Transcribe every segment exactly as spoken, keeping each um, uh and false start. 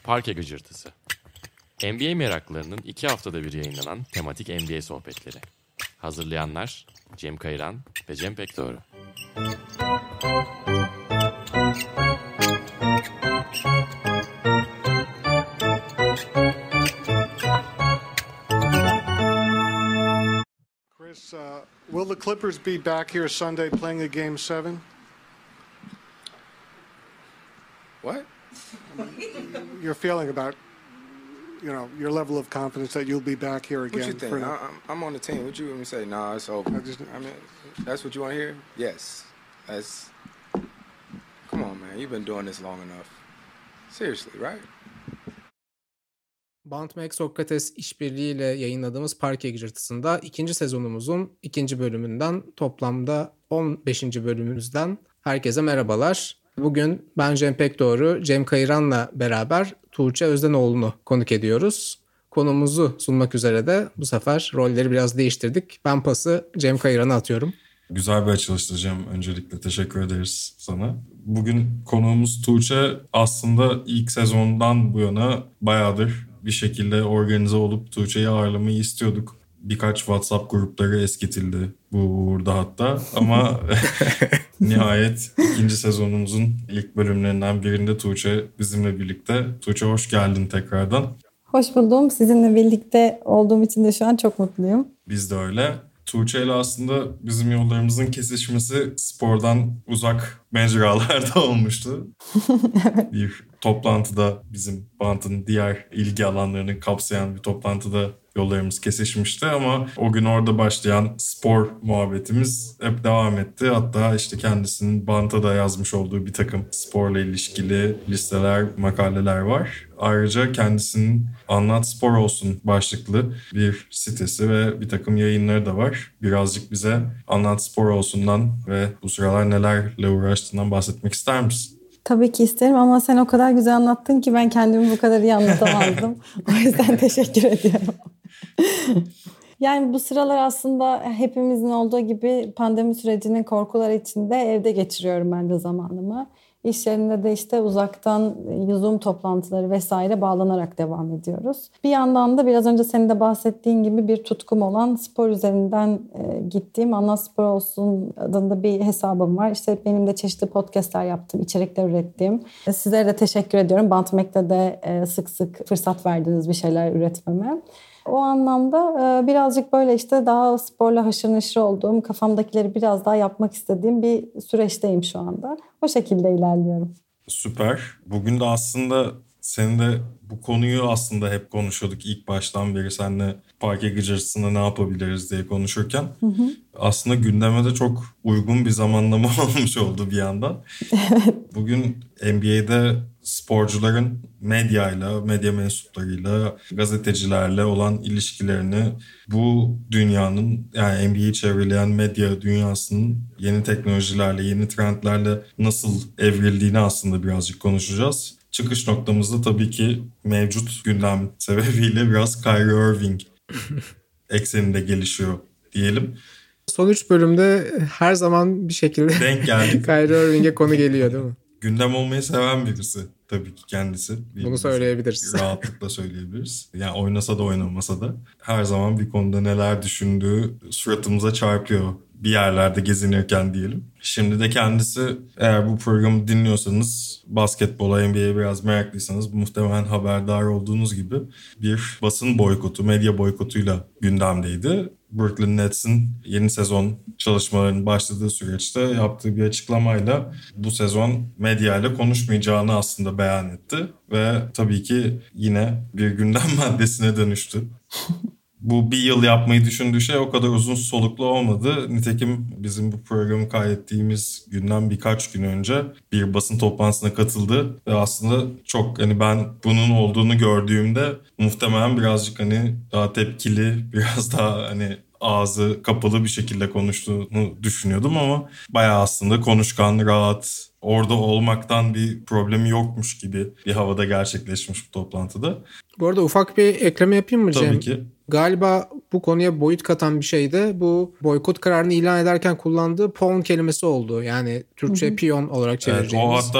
Parke Gıcırtısı. N B A meraklarının iki haftada bir yayınlanan tematik N B A sohbetleri. Hazırlayanlar Cem Kayıran ve Cem Pekdoğru. Chris, uh, will the Clippers be back here Sunday playing a game seven? What? Your feeling about, you know, your level of confidence that you'll be back here again. What you think? For I, I'm, I'm on the team. What you want me to say? Nah, it's over. I just- I mean, that's what you want to hear? Yes. That's. Come on, man. You've been doing this long enough. Seriously, right? Bantmax Sokrates işbirliğiyle yayınladığımız Parke Gıcırtısı'nda ikinci sezonumuzun ikinci bölümünden toplamda on beşinci bölümümüzden herkese merhabalar. Bugün ben Cem Pekdoğru, Cem Kayıran'la beraber Tuğçe Özdenoğlu'nu konuk ediyoruz. Konumuzu sunmak üzere de bu sefer rolleri biraz değiştirdik. Ben pası Cem Kayıran'a atıyorum. Güzel bir açılıştı Cem. Öncelikle teşekkür ederiz sana. Bugün konuğumuz Tuğçe. Aslında ilk sezondan bu yana bayağıdır bir şekilde organize olup Tuğçe'yi ağırlamayı istiyorduk. Birkaç WhatsApp grupları eskitildi bu uğurda hatta. Ama nihayet ikinci sezonumuzun ilk bölümlerinden birinde Tuğçe bizimle birlikte. Tuğçe hoş geldin tekrardan. Hoş buldum. Sizinle birlikte olduğum için de şu an çok mutluyum. Biz de öyle. Tuğçe ile aslında bizim yollarımızın kesişmesi spordan uzak mecralarda olmuştu. Evet. Bir toplantıda bizim Bant'ın diğer ilgi alanlarını kapsayan bir toplantıda yollarımız kesişmişti ama o gün orada başlayan spor muhabbetimiz hep devam etti. Hatta işte kendisinin Bant'a da yazmış olduğu bir takım sporla ilişkili listeler, makaleler var. Ayrıca kendisinin Anlat Spor Olsun başlıklı bir sitesi ve bir takım yayınları da var. Birazcık bize Anlat Spor Olsun'dan ve bu sıralar nelerle uğraştığından bahsetmek ister misin? Tabii ki isterim ama sen o kadar güzel anlattın ki ben kendimi bu kadar iyi anlatamazdım. O yüzden teşekkür ediyorum. Yani bu sıralar aslında hepimizin olduğu gibi pandemi sürecinin korkuları içinde evde geçiriyorum ben de zamanımı. İş yerinde de işte uzaktan Zoom toplantıları vesaire bağlanarak devam ediyoruz. Bir yandan da biraz önce senin de bahsettiğin gibi bir tutkum olan spor üzerinden gittiğim Anlat Spor Olsun adında bir hesabım var. İşte benim de çeşitli podcastler yaptım, içerikler ürettiğim. Sizlere de teşekkür ediyorum. Bantmek'te de sık sık fırsat verdiniz bir şeyler üretmeme. O anlamda birazcık böyle işte daha sporla haşır neşir olduğum, kafamdakileri biraz daha yapmak istediğim bir süreçteyim şu anda. O şekilde ilerliyorum. Süper. Bugün de aslında senin de bu konuyu aslında hep konuşuyorduk ilk baştan beri. Seninle Parke Gıcırtısı'nda ne yapabiliriz diye konuşurken. Hı hı. Aslında gündeme de çok uygun bir zamanlama olmuş oldu bir yandan. Evet. Bugün N B A'de sporcuların medyayla, medya mensuplarıyla, gazetecilerle olan ilişkilerini bu dünyanın, yani N B A'yi çevreleyen medya dünyasının yeni teknolojilerle, yeni trendlerle nasıl evrildiğini aslında birazcık konuşacağız. Çıkış noktamızda tabii ki mevcut gündem sebebiyle biraz Kyrie Irving ekseninde gelişiyor diyelim. Son üç bölümde her zaman bir şekilde denk geldik. Kyrie Irving'e konu geliyor değil mi? Gündem olmayı seven birisi tabii ki kendisi. Bunu söyleyebiliriz. Rahatlıkla söyleyebiliriz. Yani oynasa da oynamasa da her zaman bir konuda neler düşündüğü suratımıza çarpıyor. Bir yerlerde gezinirken diyelim. Şimdi de kendisi, eğer bu programı dinliyorsanız, basketbola, N B A'ye biraz meraklıysanız muhtemelen haberdar olduğunuz gibi bir basın boykotu, medya boykotuyla gündemdeydi. Brooklyn Nets'in yeni sezon çalışmalarının başladığı süreçte yaptığı bir açıklamayla bu sezon medyayla konuşmayacağını aslında beyan etti. Ve tabii ki yine bir gündem maddesine dönüştü. Bu bir yıl yapmayı düşündüğü şey o kadar uzun soluklu olmadı. Nitekim bizim bu programı kaydettiğimiz günden birkaç gün önce bir basın toplantısına katıldı. Ve aslında çok, hani ben bunun olduğunu gördüğümde muhtemelen birazcık hani daha tepkili, biraz daha hani ağzı kapalı bir şekilde konuştuğunu düşünüyordum ama bayağı aslında konuşkan, rahat, orada olmaktan bir problemi yokmuş gibi bir havada gerçekleşmiş bu toplantıda. Bu arada ufak bir ekleme yapayım mı Cem? Tabii ki. Galiba bu konuya boyut katan bir şey de bu boykot kararını ilan ederken kullandığı pawn kelimesi oldu. Yani Türkçe hı hı. piyon olarak çevireceğimiz. Evet, o hatta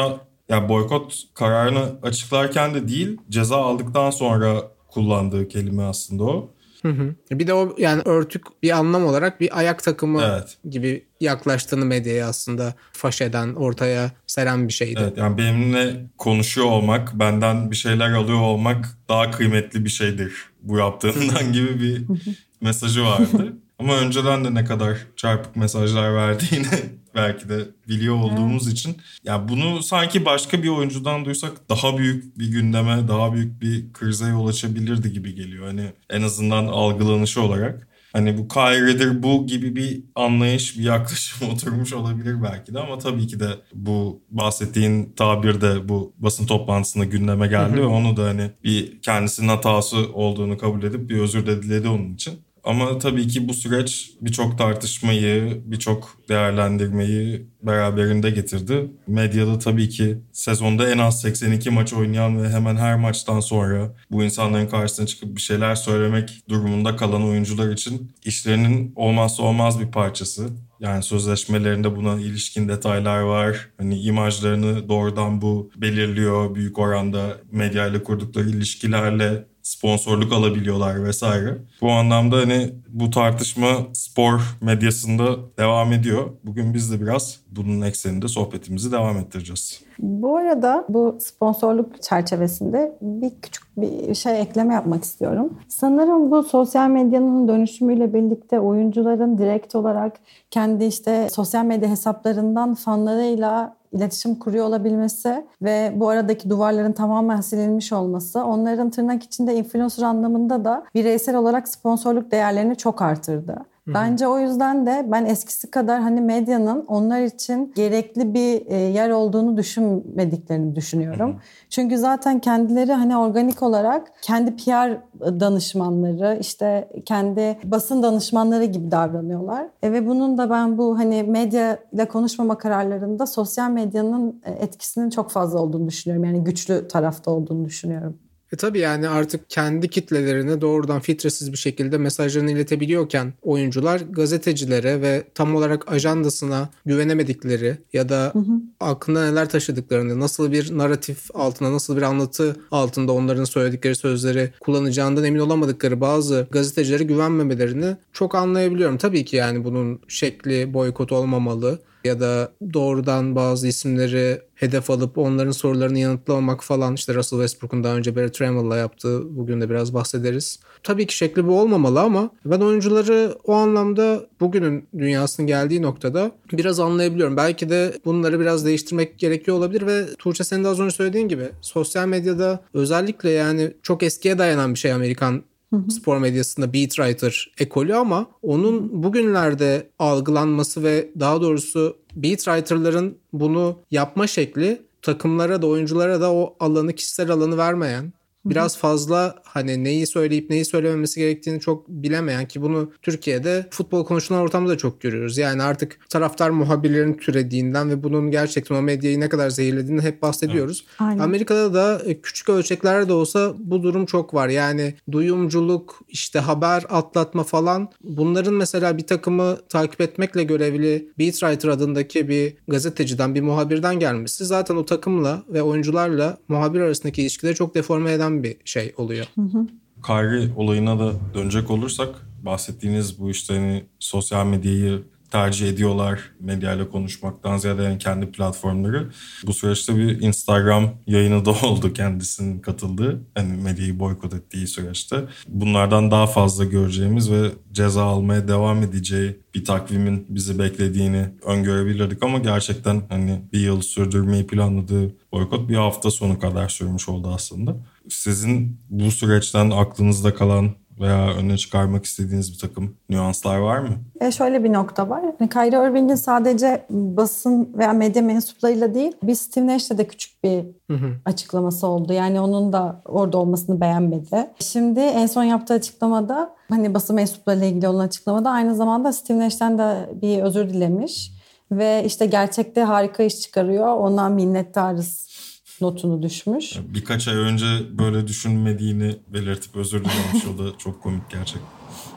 Yani boykot kararını açıklarken de değil, ceza aldıktan sonra kullandığı kelime aslında o. Hı hı. Bir de o yani örtük bir anlam olarak bir ayak takımı Evet. gibi yaklaştığını medyaya aslında faş eden, ortaya seren bir şeydi. Evet, yani benimle konuşuyor olmak, benden bir şeyler alıyor olmak daha kıymetli bir şeydir bu yaptığından gibi bir mesajı vardı. Ama önceden de ne kadar çarpık mesajlar verdiğini belki de biliyor olduğumuz için. Ya bunu sanki başka bir oyuncudan duysak daha büyük bir gündeme, daha büyük bir krize yol açabilirdi gibi geliyor. Hani en azından algılanışı olarak. Hani bu Kyrie'dir bu gibi bir anlayış, bir yaklaşım oturmuş olabilir belki de. Ama tabii ki de bu bahsettiğin tabir de bu basın toplantısında gündeme geldi. Ve onu da hani bir kendisinin hatası olduğunu kabul edip bir özür de diledi onun için. Ama tabii ki bu süreç birçok tartışmayı, birçok değerlendirmeyi beraberinde getirdi. Medyada tabii ki sezonda en az seksen iki maç oynayan ve hemen her maçtan sonra bu insanların karşısına çıkıp bir şeyler söylemek durumunda kalan oyuncular için işlerinin olmazsa olmaz bir parçası. Yani sözleşmelerinde buna ilişkin detaylar var. Hani imajlarını doğrudan bu belirliyor. Büyük oranda medyayla kurdukları ilişkilerle sponsorluk alabiliyorlar vesaire. Bu anlamda hani bu tartışma spor medyasında devam ediyor. Bugün biz de biraz bunun ekseninde sohbetimizi devam ettireceğiz. Bu arada bu sponsorluk çerçevesinde bir küçük bir şey ekleme yapmak istiyorum. Sanırım bu sosyal medyanın dönüşümüyle birlikte oyuncuların direkt olarak kendi işte sosyal medya hesaplarından fanlarıyla iletişim kuruyor olabilmesi ve bu aradaki duvarların tamamen silinmiş olması onların tırnak içinde influencer anlamında da bireysel olarak sponsorluk değerlerini çok artırdı. Bence o yüzden de ben eskisi kadar hani medyanın onlar için gerekli bir yer olduğunu düşünmediklerini düşünüyorum. Hı hı. Çünkü zaten kendileri hani organik olarak kendi P R danışmanları, işte kendi basın danışmanları gibi davranıyorlar. E ve bunun da ben bu hani medya ile konuşmama kararlarında sosyal medyanın etkisinin çok fazla olduğunu düşünüyorum. Yani güçlü tarafta olduğunu düşünüyorum. E tabii yani artık kendi kitlelerine doğrudan filtresiz bir şekilde mesajlarını iletebiliyorken oyuncular gazetecilere ve tam olarak ajandasına güvenemedikleri ya da hı hı. aklında neler taşıdıklarını, nasıl bir narratif altında, nasıl bir anlatı altında onların söyledikleri sözleri kullanacağından emin olamadıkları bazı gazetecilere güvenmemelerini çok anlayabiliyorum. Tabii ki yani bunun şekli boykot olmamalı ya da doğrudan bazı isimleri hedef alıp onların sorularını yanıtlamak falan, işte Russell Westbrook'un daha önce Barry Trammell'la yaptığı, bugün de biraz bahsederiz. Tabii ki şekli bu olmamalı ama ben oyuncuları o anlamda bugünün dünyasının geldiği noktada biraz anlayabiliyorum. Belki de bunları biraz değiştirmek gerekiyor olabilir ve Tuğçe senin de az önce söylediğin gibi sosyal medyada özellikle yani çok eskiye dayanan bir şey Amerikan Hı hı. spor medyasında beat writer ekolü ama onun bugünlerde algılanması ve daha doğrusu beat writer'ların bunu yapma şekli takımlara da oyunculara da o alanı, kişisel alanı vermeyen, biraz fazla hani neyi söyleyip neyi söylememesi gerektiğini çok bilemeyen, ki bunu Türkiye'de futbol konuşulan ortamda da çok görüyoruz. Yani artık taraftar muhabirlerin türediğinden ve bunun gerçekten o medyayı ne kadar zehirlediğini hep bahsediyoruz. Evet. Amerika'da da küçük ölçeklerde de olsa bu durum çok var. Yani duyumculuk, işte haber atlatma falan, bunların mesela bir takımı takip etmekle görevli beat writer adındaki bir gazeteciden, bir muhabirden gelmesi zaten o takımla ve oyuncularla muhabir arasındaki ilişkileri çok deforme eden bir şey oluyor. Hı hı. Kyrie olayına da dönecek olursak, bahsettiğiniz bu işte hani sosyal medyayı tercih ediyorlar medyayla konuşmaktan ziyade, yani kendi platformları. Bu süreçte bir Instagram yayını da oldu kendisinin katıldığı, hani medyayı boykot ettiği süreçte. Bunlardan daha fazla göreceğimiz ve ceza almaya devam edeceği bir takvimin bizi beklediğini öngörebilirdik ama gerçekten hani bir yıl sürdürmeyi planladığı boykot bir hafta sonu kadar sürmüş oldu aslında. Sizin bu süreçten aklınızda kalan veya öne çıkarmak istediğiniz bir takım nüanslar var mı? E şöyle bir nokta var. Yani Kyrie Irving'in sadece basın veya medya mensuplarıyla değil, bir Steve Nash'le de küçük bir hı hı. açıklaması oldu. Yani onun da orada olmasını beğenmedi. Şimdi en son yaptığı açıklamada, hani basın mensuplarıyla ilgili olan açıklamada, aynı zamanda Steve Nash'ten de bir özür dilemiş. Ve işte gerçekte harika iş çıkarıyor, ona minnettarız notunu düşmüş. Birkaç ay önce böyle düşünmediğini belirtip özür dilemiş. O da çok komik gerçekten.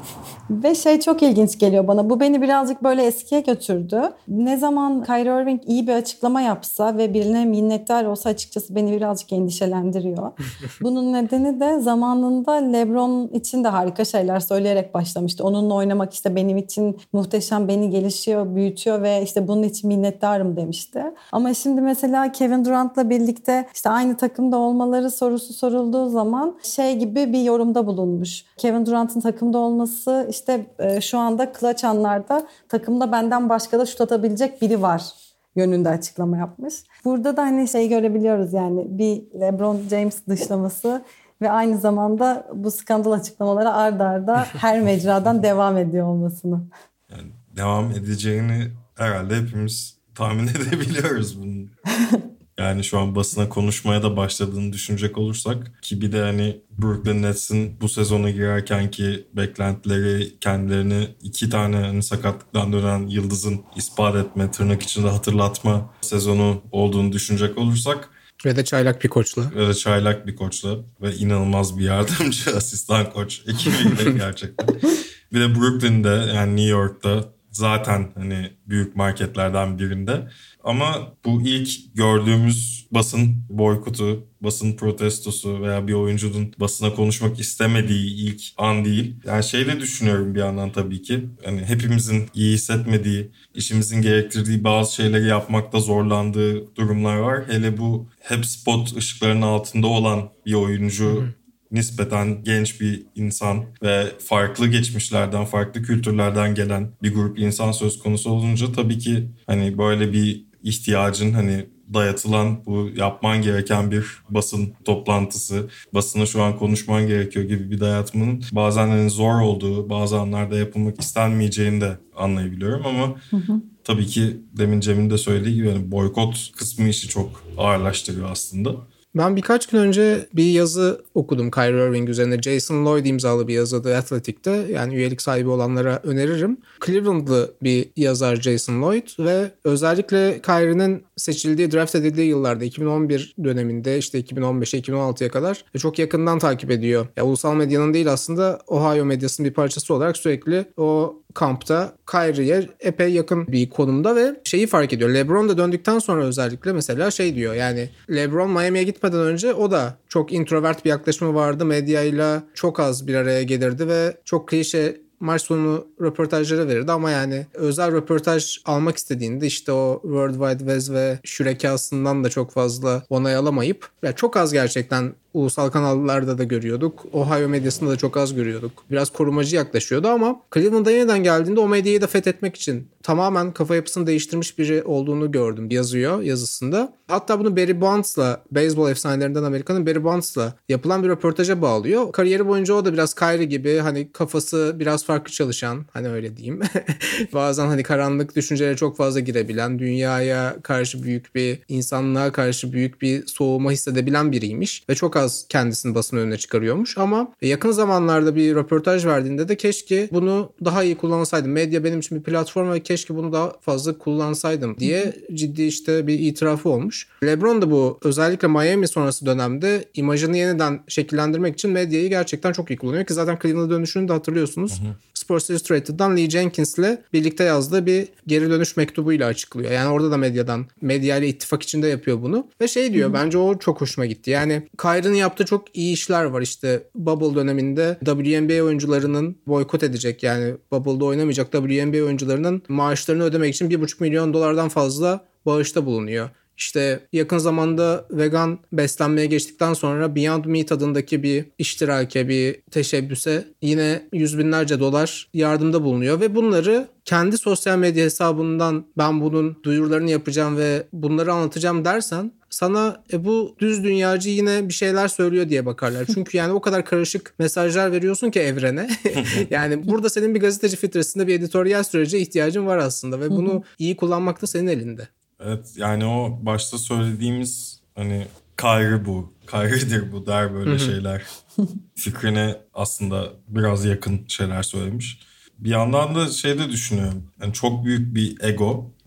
Ve şey çok ilginç geliyor bana. Bu beni birazcık böyle eskiye götürdü. Ne zaman Kyrie Irving iyi bir açıklama yapsa ve birine minnettar olsa açıkçası beni birazcık endişelendiriyor. Bunun nedeni de zamanında LeBron için de harika şeyler söyleyerek başlamıştı. Onunla oynamak işte benim için muhteşem, beni gelişiyor, büyütüyor ve işte bunun için minnettarım demişti. Ama şimdi mesela Kevin Durant'la birlikte işte aynı takımda olmaları sorusu sorulduğu zaman şey gibi bir yorumda bulunmuş. Kevin Durant'ın takımda olması işte e, şu anda clutch anlarda takımda benden başka da şut atabilecek biri var yönünde açıklama yapmış. Burada da hani şey görebiliyoruz yani bir LeBron James dışlaması ve aynı zamanda bu skandal açıklamaları ard arda her mecradan devam ediyor olmasını. Yani devam edeceğini herhalde hepimiz tahmin edebiliyoruz bunun. Yani şu an basına konuşmaya da başladığını düşünecek olursak ki bir de hani Brooklyn Nets'in bu sezona girerken ki beklentileri kendilerini iki tane hani sakatlıktan dönen yıldızın ispat etme, tırnak içinde hatırlatma sezonu olduğunu düşünecek olursak Ve de çaylak bir koçla. Ve de çaylak bir koçla ve inanılmaz bir yardımcı asistan koç ekibiyle gerçekten. Bir de Brooklyn'de yani New York'ta zaten hani büyük marketlerden birinde. Ama bu ilk gördüğümüz basın boykotu, basın protestosu veya bir oyuncunun basına konuşmak istemediği ilk an değil. Yani şeyle düşünüyorum bir yandan tabii ki. Hani hepimizin iyi hissetmediği, işimizin gerektirdiği bazı şeyleri yapmakta zorlandığı durumlar var. Hele bu hep spot ışıklarının altında olan bir oyuncu... Hı hı. Nispeten genç bir insan ve farklı geçmişlerden, farklı kültürlerden gelen bir grup insan söz konusu olunca tabii ki hani böyle bir ihtiyacın hani dayatılan bu yapman gereken bir basın toplantısı, basına şu an konuşman gerekiyor gibi bir dayatmanın bazen hani zor olduğu, bazı anlarda yapılmak istenmeyeceğini de anlayabiliyorum ama hı hı. Tabii ki demin Cem'in de söylediği gibi yani boykot kısmı işi çok ağırlaştırıyor aslında. Ben birkaç gün önce bir yazı okudum Kyrie Irving üzerine. Jason Lloyd imzalı bir yazı The Athletic'te. Yani üyelik sahibi olanlara öneririm. Cleveland'lı bir yazar Jason Lloyd ve özellikle Kyrie'nin seçildiği, draft edildiği yıllarda iki bin on bir döneminde işte iki bin on beşe iki bin on altıya kadar çok yakından takip ediyor. Ya, ulusal medyanın değil aslında Ohio medyasının bir parçası olarak sürekli o kampta Kyrie'ye epey yakın bir konumda ve şeyi fark ediyor. LeBron da döndükten sonra özellikle mesela şey diyor yani LeBron Miami'ye gitmeden önce o da çok introvert bir yaklaşımı vardı. Medyayla çok az bir araya gelirdi ve çok klişe maç sonu röportajlara verirdi ama yani özel röportaj almak istediğinde işte o World Wide Wes ve şürekasından da çok fazla onay alamayıp yani çok az gerçekten ulusal kanallarda da görüyorduk. Ohio medyasında da çok az görüyorduk. Biraz korumacı yaklaşıyordu ama Cleveland'a yeniden geldiğinde o medyayı da fethetmek için tamamen kafa yapısını değiştirmiş biri olduğunu gördüm. Yazıyor yazısında. Hatta bunu Barry Bonds'la, beyzbol efsanelerinden Amerika'nın Barry Bonds'la yapılan bir röportaja bağlıyor. Kariyeri boyunca o da biraz Kyrie gibi hani kafası biraz farklı çalışan, hani öyle diyeyim. Bazen hani karanlık düşüncelere çok fazla girebilen, dünyaya karşı büyük bir, insanlığa karşı büyük bir soğuma hissedebilen biriymiş ve çok az kendisini basın önüne çıkarıyormuş ama yakın zamanlarda bir röportaj verdiğinde de keşke bunu daha iyi kullansaydım. Medya benim için bir platform ve keşke bunu daha fazla kullansaydım diye ciddi işte bir itirafı olmuş. LeBron da bu özellikle Miami sonrası dönemde imajını yeniden şekillendirmek için medyayı gerçekten çok iyi kullanıyor ki zaten Cleveland'a dönüşünü de hatırlıyorsunuz. Hı hı. Sports Illustrated'dan Lee Jenkins'le birlikte yazdığı bir geri dönüş mektubuyla açıklıyor. Yani orada da medyadan, medyayla ittifak içinde yapıyor bunu. Ve şey diyor, hı hı. bence o çok hoşuma gitti. Yani Kyrie'nin yaptığı çok iyi işler var. İşte Bubble döneminde W N B A oyuncularının boykot edecek, yani Bubble'da oynamayacak W N B A oyuncularının maaşlarını ödemek için bir buçuk milyon dolardan fazla bağışta bulunuyor. İşte yakın zamanda vegan beslenmeye geçtikten sonra Beyond Meat adındaki bir iştirake, bir teşebbüse yine yüz binlerce dolar yardımda bulunuyor ve bunları kendi sosyal medya hesabından ben bunun duyurularını yapacağım ve bunları anlatacağım dersen sana e, bu düz dünyacı yine bir şeyler söylüyor diye bakarlar. Çünkü yani o kadar karışık mesajlar veriyorsun ki evrene. Yani burada senin bir gazeteci filtresinde bir editoryal sürece ihtiyacın var aslında ve bunu iyi kullanmak da senin elinde. Evet, yani o başta söylediğimiz hani Kyrie bu, Kyrie'dir bu der böyle şeyler. Fikrine aslında biraz yakın şeyler söylemiş. Bir yandan da şey de düşünüyorum. Yani çok büyük bir ego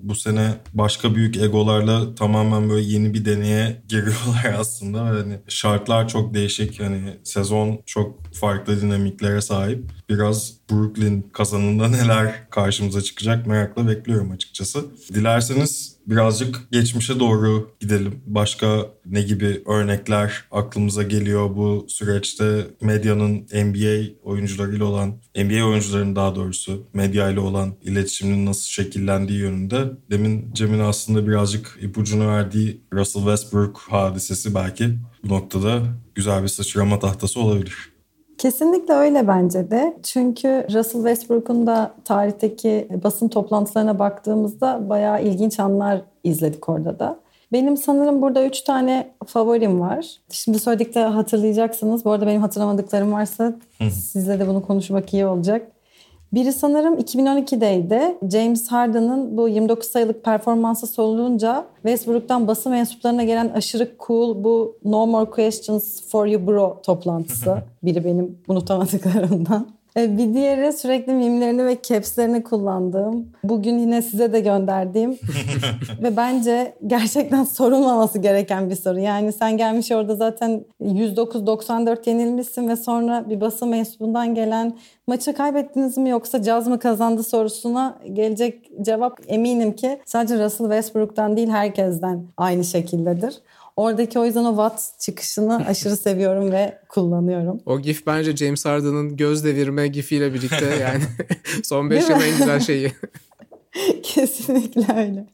bu sene başka büyük egolarla tamamen böyle yeni bir deneye giriyorlar aslında. Yani şartlar çok değişik. Hani sezon çok farklı dinamiklere sahip. Biraz Brooklyn kazanında neler karşımıza çıkacak merakla bekliyorum açıkçası. Dilerseniz birazcık geçmişe doğru gidelim. Başka ne gibi örnekler aklımıza geliyor bu süreçte medyanın N B A oyuncularıyla olan, N B A oyuncularının daha doğrusu medyayla olan iletişiminin nasıl şekillendiği yönünde. Demin Cem'in aslında birazcık ipucunu verdiği Russell Westbrook hadisesi belki bu noktada güzel bir sıçrama tahtası olabilir. Kesinlikle öyle bence de. Çünkü Russell Westbrook'un da tarihteki basın toplantılarına baktığımızda bayağı ilginç anlar izledik orada da. Benim sanırım burada üç tane favorim var. Şimdi söyledikte hatırlayacaksınız. Bu arada benim hatırlamadıklarım varsa sizle de bunu konuşmak iyi olacak. Biri sanırım iki bin on ikideydi. James Harden'ın bu yirmi dokuz sayılık performansı sorulunca Westbrook'tan basın mensuplarına gelen aşırı cool bu No More Questions for You Bro toplantısı. Biri benim unutamadıklarımdan. Bir diğeri sürekli mimlerini ve capslerini kullandığım, bugün yine size de gönderdiğim ve bence gerçekten sorulmaması gereken bir soru. Yani sen gelmiş orada zaten yüz dokuz doksan dört yenilmişsin ve sonra bir basın mensubundan gelen maçı kaybettiniz mi yoksa Jazz mı kazandı sorusuna gelecek cevap eminim ki sadece Russell Westbrook'tan değil herkesten aynı şekildedir. Oradaki o yüzden o Watt çıkışını aşırı seviyorum ve kullanıyorum. O gif bence James Harden'ın göz devirme gifiyle birlikte yani son beş yılın en güzel şeyi. Kesinlikle öyle.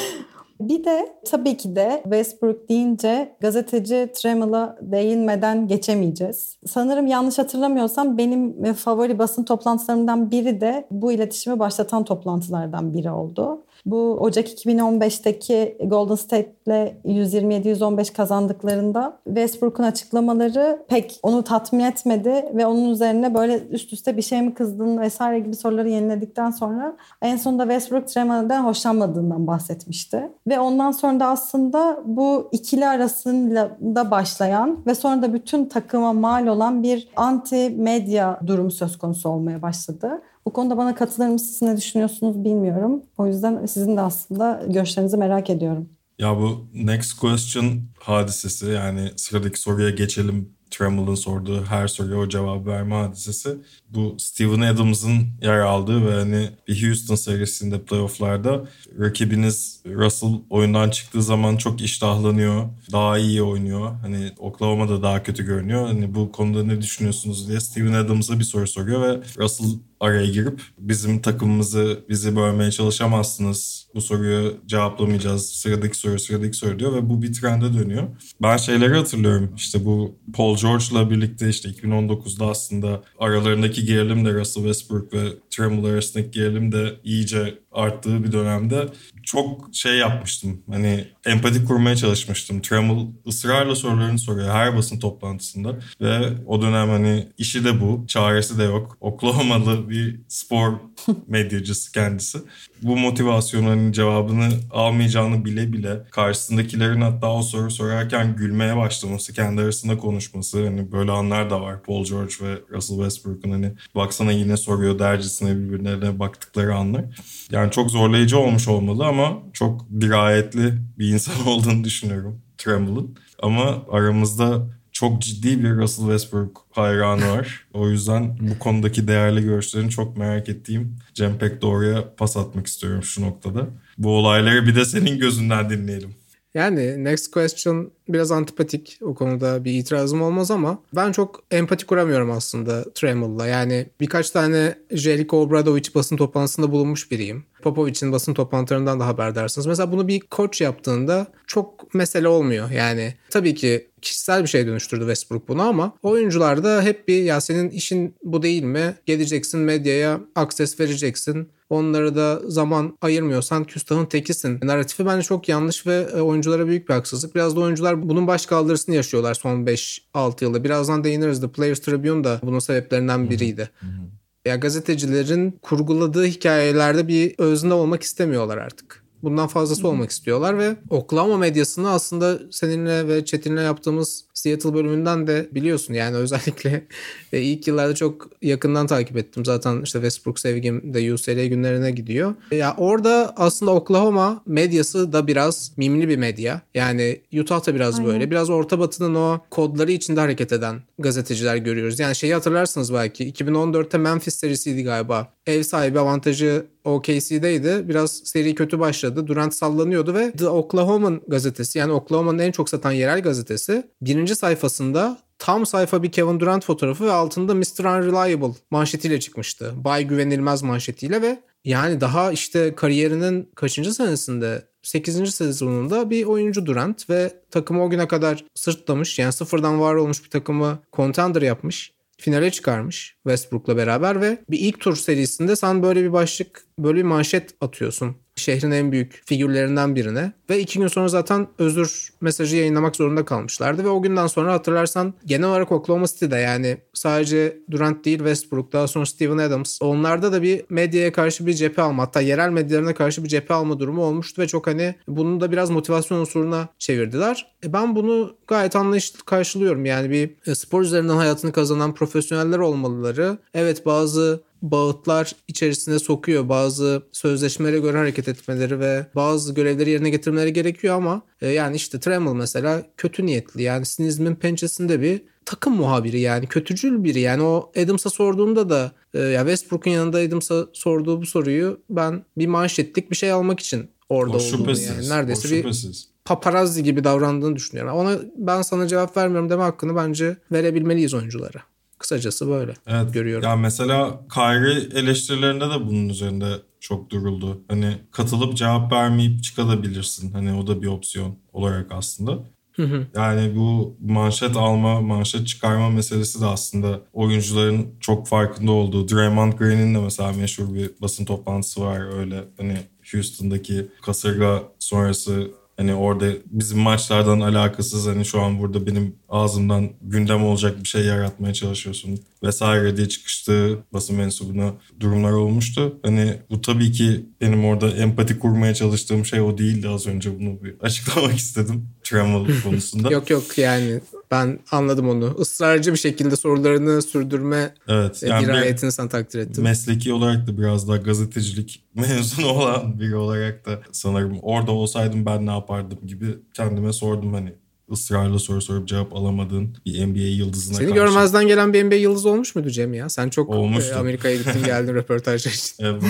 Bir de tabii ki de Westbrook deyince gazeteci Tremel'a değinmeden geçemeyeceğiz. Sanırım yanlış hatırlamıyorsam benim favori basın toplantılarımdan biri de bu iletişimi başlatan toplantılardan biri oldu. Bu Ocak iki bin on beşteki Golden State'le yüz yirmi yedi yüz on beş kazandıklarında Westbrook'un açıklamaları pek onu tatmin etmedi ve onun üzerine böyle üst üste bir şey mi kızdın vesaire gibi soruları yeniledikten sonra en sonunda Westbrook Tremel'den hoşlanmadığından bahsetmişti. Ve ondan sonra da aslında bu ikili arasında da başlayan ve sonra da bütün takıma mal olan bir anti medya durumu söz konusu olmaya başladı. Bu konuda bana katılır mısınız, ne düşünüyorsunuz bilmiyorum. O yüzden sizin de aslında görüşlerinizi merak ediyorum. Ya bu next question hadisesi, yani sıradaki soruya geçelim. Tremel'ın sorduğu her soruya o cevap verme hadisesi. Bu Steven Adams'ın yer aldığı ve hani bir Houston serisinde playoff'larda rakibiniz Russell oyundan çıktığı zaman çok iştahlanıyor. Daha iyi oynuyor. Hani Oklahoma da daha kötü görünüyor. Hani bu konuda ne düşünüyorsunuz diye Steven Adams'a bir soru soruyor ve Russell araya girip bizim takımımızı, bizi bölmeye çalışamazsınız. Bu soruyu cevaplamayacağız. Sıradaki soru, sıradaki soru diyor ve bu bir trende dönüyor. Ben şeyleri hatırlıyorum. İşte bu Paul George'la birlikte işte iki bin on dokuzda aslında aralarındaki gerilim de Russell Westbrook ve Tremel arasındaki gerilim de iyice arttığı bir dönemde çok şey yapmıştım. Hani empati kurmaya çalışmıştım. Tremel ısrarla sorularını soruyor her basın toplantısında ve o dönem hani işi de bu, çaresi de yok. Oklahoma'lı bir spor medyacısı kendisi. Bu motivasyonun cevabını almayacağını bile bile karşısındakilerin hatta o soru sorarken gülmeye başlaması, kendi arasında konuşması, hani böyle anlar da var. Paul George ve Russell Westbrook'un hani baksana yine soruyor dercesine birbirlerine baktıkları anlar. Yani çok zorlayıcı olmuş olmalı ama çok dirayetli bir insan olduğunu düşünüyorum Tremel'ın. Ama aramızda çok ciddi bir Russell Westbrook hayranı var. O yüzden bu konudaki değerli görüşlerini çok merak ettiğim Cem Pekdoğru'ya pas atmak istiyorum şu noktada. Bu olayları bir de senin gözünden dinleyelim. Yani next question biraz antipatik, o konuda bir itirazım olmaz ama ben çok empati kuramıyorum aslında Tremel'la. Yani birkaç tane Jelko Obradovic basın toplantısında bulunmuş biriyim. Popovic'in basın toplantılarından da haberdarsınız. Mesela bunu bir koç yaptığında çok mesele olmuyor. Yani tabii ki kişisel bir şey dönüştürdü Westbrook bunu ama oyuncular da hep bir ya senin işin bu değil mi? Geleceksin medyaya akses vereceksin. Onlara da zaman ayırmıyorsan küstahın tekisin. Narratifi bence çok yanlış ve oyunculara büyük bir haksızlık. Biraz da oyuncular bunun başkaldırısını yaşıyorlar son beş altı yılda. Birazdan değiniriz. The Players Tribune da bunun sebeplerinden biriydi. Hı hı. Ya gazetecilerin kurguladığı hikayelerde bir özne olmak istemiyorlar artık. bundan fazlası olmak istiyorlar ve Oklahoma medyasını aslında seninle ve Çetin'le yaptığımız Seattle bölümünden de biliyorsun. Yani özellikle ilk yıllarda çok yakından takip ettim. Zaten işte Westbrook sevgim de U C L A günlerine gidiyor. Ya orada aslında Oklahoma medyası da biraz mimli bir medya. Yani Utah da biraz Aynen. böyle. Biraz Orta Batı'nın o kodları içinde hareket eden gazeteciler görüyoruz. Yani şeyi hatırlarsınız belki. iki bin on dörtte Memphis serisiydi galiba. Ev sahibi avantajı O K C'deydi. Biraz seri kötü başladı. Durant sallanıyordu ve The Oklahoman gazetesi, yani Oklahoma'nın en çok satan yerel gazetesi, birinci sayfasında tam sayfa bir Kevin Durant fotoğrafı ve altında mister Unreliable manşetiyle çıkmıştı. Bay Güvenilmez manşetiyle ve yani daha işte kariyerinin kaçıncı senesinde, sekizinci sezonunda bir oyuncu Durant ve takımı o güne kadar sırtlamış, yani sıfırdan var olmuş bir takımı contender yapmış. Finale çıkarmış Westbrook'la beraber ve bir ilk tur serisinde sen böyle bir başlık, böyle bir manşet atıyorsun şehrin en büyük figürlerinden birine ve iki gün sonra zaten özür mesajı yayınlamak zorunda kalmışlardı ve o günden sonra hatırlarsan genel olarak Oklahoma City'de, yani sadece Durant değil Westbrook, daha sonra Steven Adams, onlarda da bir medyaya karşı bir cephe alma, hatta yerel medyalarına karşı bir cephe alma durumu olmuştu ve çok hani bunu da biraz motivasyon unsuruna çevirdiler. E ben bunu gayet anlayışlı karşılıyorum. Yani bir spor üzerinden hayatını kazanan profesyoneller olmalıları. Evet, bazı bağıtlar içerisine sokuyor, bazı sözleşmelere göre hareket etmeleri ve bazı görevleri yerine getirmeleri gerekiyor ama e, yani işte Trammell mesela kötü niyetli, yani sinizmin pençesinde bir takım muhabiri, yani kötücül biri. Yani o Adams'a sorduğunda da e, ya Westbrook'un yanında Adams'a sorduğu bu soruyu ben bir manşetlik bir şey almak için orada O olduğunu, şüphesiz, yani neredeyse o bir şüphesiz. paparazzi gibi davrandığını düşünüyorum. Ona ben sana cevap vermiyorum deme hakkını bence verebilmeliyiz oyunculara. Kısacası böyle Evet, görüyorum. ya mesela Kyrie eleştirilerinde de bunun üzerinde çok duruldu. Hani katılıp cevap vermeyip çıkabilirsin. Hani o da bir opsiyon olarak aslında. Hı hı. Yani bu manşet alma, manşet çıkarma meselesi de aslında oyuncuların çok farkında olduğu. Draymond Green'in de mesela meşhur bir basın toplantısı var öyle. Hani Houston'daki kasırga sonrası, hani orada bizim maçlardan alakasız, hani şu an burada benim ağzımdan gündem olacak bir şey yaratmaya çalışıyorsun vesaire diye çıkıştığı basın mensubuna durumlar olmuştu. Hani bu tabii ki benim orada empati kurmaya çalıştığım şey o değildi, az önce bunu bir açıklamak istedim Trammell konusunda. Yok yok, yani ben anladım onu. Israrcı bir şekilde sorularını sürdürme Evet, yani dirayetini sen takdir ettim. Mesleki olarak da biraz daha gazetecilik mezunu olan biri olarak da sanırım orada olsaydım ben ne yapardım gibi kendime sordum, hani ısrarla soru sorup cevap alamadığın bir N B A yıldızına Seni karşı. görmezden gelen bir N B A yıldızı olmuş muydu Cem ya? Sen çok Olmuştu. e, Amerika'ya gittin geldin röportajlar için. Evet,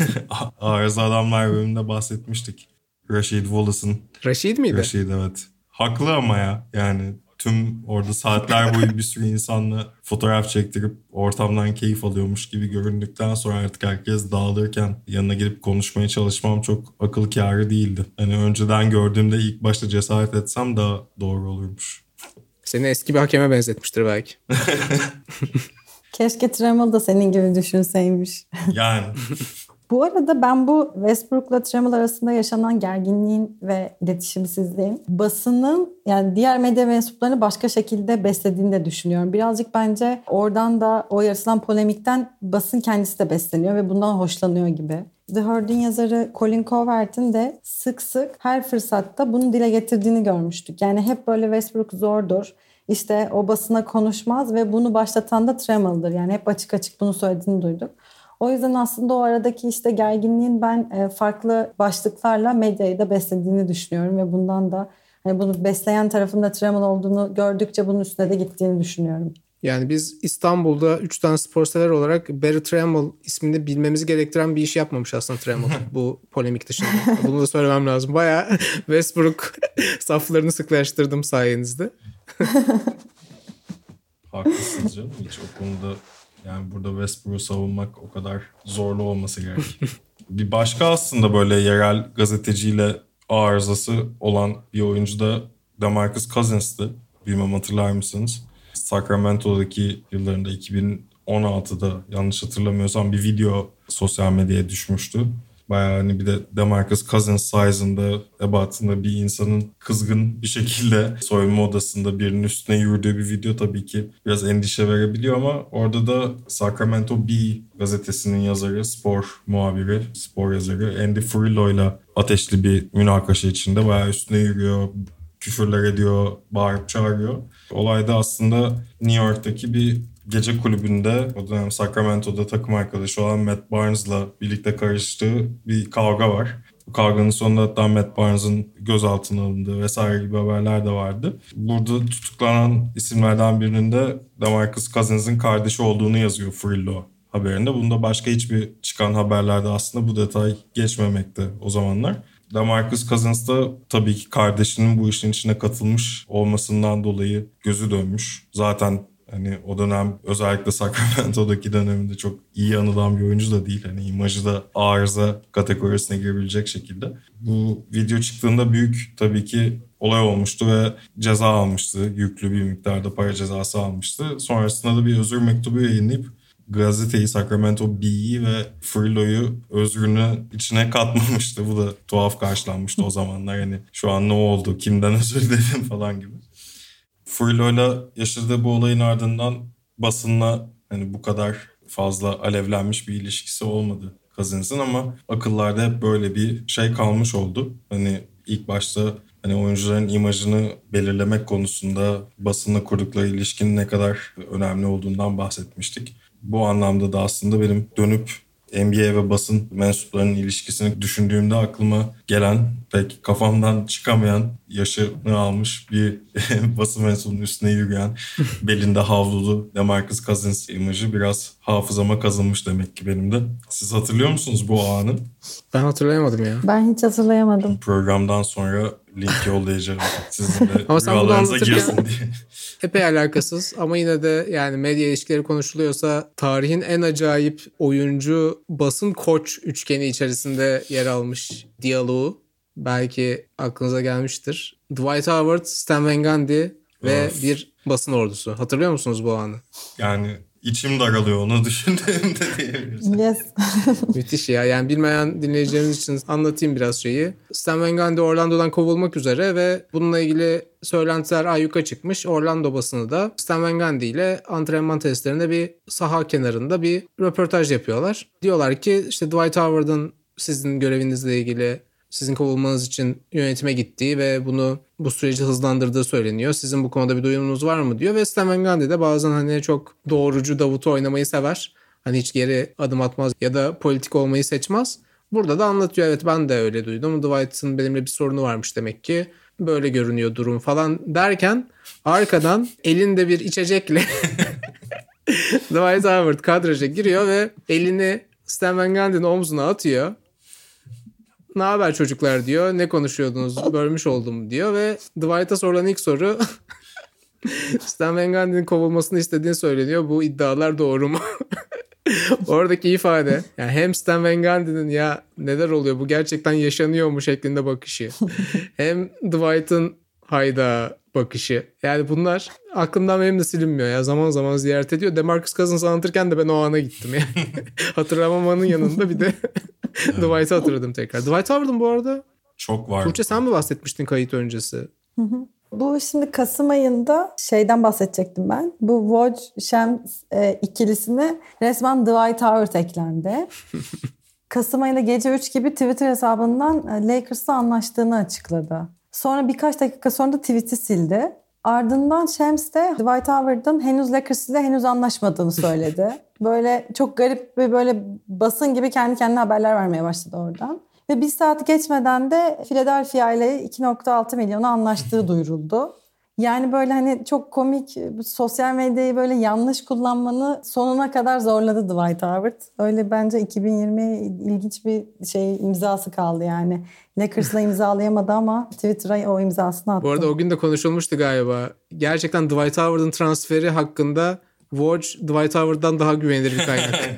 Arıza Adamlar bölümünde bahsetmiştik. Rashid Wallace'ın. Rashid miydi? Rashid, evet. Haklı ama ya yani tüm orada saatler boyu bir sürü insanla fotoğraf çektirip ortamdan keyif alıyormuş gibi göründükten sonra artık herkes dağılırken yanına gelip konuşmaya çalışmam çok akıl kârı değildi. Hani önceden gördüğümde ilk başta cesaret etsem daha doğru olurmuş. Seni eski bir hakeme benzetmiştir belki. Keşke Trammell da senin gibi düşünseymiş. Yani... Bu arada ben bu Westbrook'la Trammell arasında yaşanan gerginliğin ve iletişimsizliğin basının, yani diğer medya mensuplarını başka şekilde beslediğini de düşünüyorum. Birazcık bence oradan da, o yaratılan polemikten basın kendisi de besleniyor ve bundan hoşlanıyor gibi. The Herd'in yazarı Colin Covert'in de sık sık her fırsatta bunu dile getirdiğini görmüştük. Yani hep böyle Westbrook zordur, İşte o basına konuşmaz ve bunu başlatan da Trammell'dır. Yani hep açık açık bunu söylediğini duyduk. O yüzden aslında o aradaki işte gerginliğin ben farklı başlıklarla medyayı da beslediğini düşünüyorum ve bundan da hani bunu besleyen tarafında Trammell olduğunu gördükçe bunun üstüne de gittiğini düşünüyorum. Yani biz İstanbul'da üç tane spor sever olarak Barry Trammell ismini bilmemizi gerektiren bir iş yapmamış aslında Trammell bu polemik dışında. Bunu da söylemem lazım. Bayağı Westbrook saflarını sıklaştırdım sayenizde. Haklısınız canım. Hiç o konuda, yani burada Westbrook'u savunmak o kadar zorlu olması gerek. Bir başka aslında böyle yerel gazeteciyle arızası olan bir oyuncu da DeMarcus Cousins'tı. Bilmem hatırlar mısınız? Sacramento'daki yıllarında iki bin on altıda yanlış hatırlamıyorsam bir video sosyal medyaya düşmüştü. Bayağı hani bir de DeMarcus Cousins size'ında, ebatında bir insanın kızgın bir şekilde soyunma odasında birinin üstüne yürüdüğü bir video tabii ki biraz endişe verebiliyor ama orada da Sacramento Bee gazetesinin yazarı, spor muhabiri, spor yazarı Andy Frillo'yla ateşli bir münakaşa içinde bayağı üstüne yürüyor, küfürler ediyor, bağırıp çağırıyor. Olayda aslında New York'taki bir gece kulübünde, o dönem Sacramento'da takım arkadaşı olan Matt Barnes'la birlikte karıştığı bir kavga var. Bu kavganın sonunda hatta Matt Barnes'ın gözaltına alındığı vesaire gibi haberler de vardı. Burada tutuklanan isimlerden birinin de DeMarcus Cousins'ın kardeşi olduğunu yazıyor Frillo haberinde. Bunda başka hiçbir çıkan haberlerde aslında bu detay geçmemekte o zamanlar. DeMarcus Cousins da tabii ki kardeşinin bu işin içine katılmış olmasından dolayı gözü dönmüş. Zaten hani o dönem özellikle Sacramento'daki döneminde çok iyi anılan bir oyuncu da değil. Hani imajı da arıza kategorisine girebilecek şekilde. Bu video çıktığında büyük tabii ki olay olmuştu ve ceza almıştı. Yüklü bir miktarda para cezası almıştı. Sonrasında da bir özür mektubu yayınlayıp gazeteyi, Sacramento Bee'yi ve Frillo'yu özrünü içine katmamıştı. Bu da tuhaf karşılanmıştı o zamanlar. Hani şu an ne oldu, kimden özür diledim falan gibi. Frillo'yla yaşadığı bu olayın ardından basınla hani bu kadar fazla alevlenmiş bir ilişkisi olmadı Cousins'ın ama akıllarda hep böyle bir şey kalmış oldu. Hani ilk başta hani oyuncuların imajını belirlemek konusunda basınla kurdukları ilişkinin ne kadar önemli olduğundan bahsetmiştik. Bu anlamda da aslında benim dönüp N B A ve basın mensuplarının ilişkisini düşündüğümde aklıma gelen, pek kafamdan çıkamayan, yaşını almış bir basın mensubunun üstüne yürüyen, belinde havlulu DeMarcus Cousins imajı biraz hafızama kazınmış demek ki benim de. Siz hatırlıyor musunuz bu anı? Ben hatırlayamadım ya. Ben hiç hatırlayamadım. Programdan sonra link yollayacağım. Sizin de Ama sen bunu rüyalarınıza anlatırken girsin diye. epey alakasız ama yine de yani medya ilişkileri konuşuluyorsa tarihin en acayip oyuncu basın koç üçgeni içerisinde yer almış diyaloğu belki aklınıza gelmiştir. Dwight Howard, Stan Van Gundy ve Of. bir basın ordusu. Hatırlıyor musunuz bu anı? Yani içim daralıyor onu düşündüğümde diyebiliriz. Yes. Müthiş ya. Yani bilmeyen dinleyicilerimiz için anlatayım biraz şeyi. Stan Van Gundy Orlando'dan kovulmak üzere ve bununla ilgili söylentiler ayyuka çıkmış. Orlando basını da Stan Van Gundy ile antrenman testlerinde bir saha kenarında bir röportaj yapıyorlar. Diyorlar ki işte Dwight Howard'ın sizin görevinizle ilgili sizin kovulmanız için yönetime gittiği ve bunu bu süreci hızlandırdığı söyleniyor. Sizin bu konuda bir duyumunuz var mı diyor ve Stan Van Gundy de bazen hani çok doğrucu Davut'u oynamayı sever. Hani hiç geri adım atmaz ya da politik olmayı seçmez. Burada da anlatıyor, evet ben de öyle duydum. Dwight'ın benimle bir sorunu varmış demek ki. Böyle görünüyor durum falan derken arkadan elinde bir içecekle Dwight Howard kadraja giriyor ve elini Stan Van Gundy'nin omzuna atıyor. Ne haber çocuklar diyor. Ne konuşuyordunuz? Bölmüş oldum diyor ve Dwight'a sorulan ilk soru Stan Van Gundy'nin kovulmasını istediğini söyleniyor. Bu iddialar doğru mu? Oradaki ifade yani hem Stan Van Gundy'nin ya neler oluyor bu gerçekten yaşanıyor mu şeklinde bakışı. Hem Dwight'ın hayda bakışı. Yani bunlar aklımdan benim de silinmiyor ya. Zaman zaman ziyaret ediyor. DeMarcus Cousins anlatırken de ben o ana gittim yani. Hatırlamamanın yanında bir de Dwight'ı hatırladım tekrar. Dwight Howard'ın bu arada Çok var. Tuğçe sen mi bahsetmiştin kayıt öncesi? Hı hı. Bu şimdi Kasım ayında şeyden bahsedecektim ben. Bu Woj Shams e, ikilisine resmen Dwight Howard eklendi. Kasım ayında gece üç gibi Twitter hesabından e, Lakers'la anlaştığını açıkladı. Sonra birkaç dakika sonra da tweet'i sildi. Ardından Shams de Dwight Howard'ın henüz Lakers ile henüz anlaşmadığını söyledi. Böyle çok garip ve böyle basın gibi kendi kendine haberler vermeye başladı oradan. Ve bir saat geçmeden de Philadelphia ile iki nokta altı milyona anlaştığı duyuruldu. Yani böyle hani çok komik, sosyal medyayı böyle yanlış kullanmanı sonuna kadar zorladı Dwight Howard. Öyle bence iki bin yirmi ilginç bir şey imzası kaldı yani. Lakers'la imzalayamadı ama Twitter'a o imzasını attı. Bu arada o gün de konuşulmuştu galiba. Gerçekten Dwight Howard'ın transferi hakkında Woj Dwight Howard'dan daha güvenilir bir kaynak.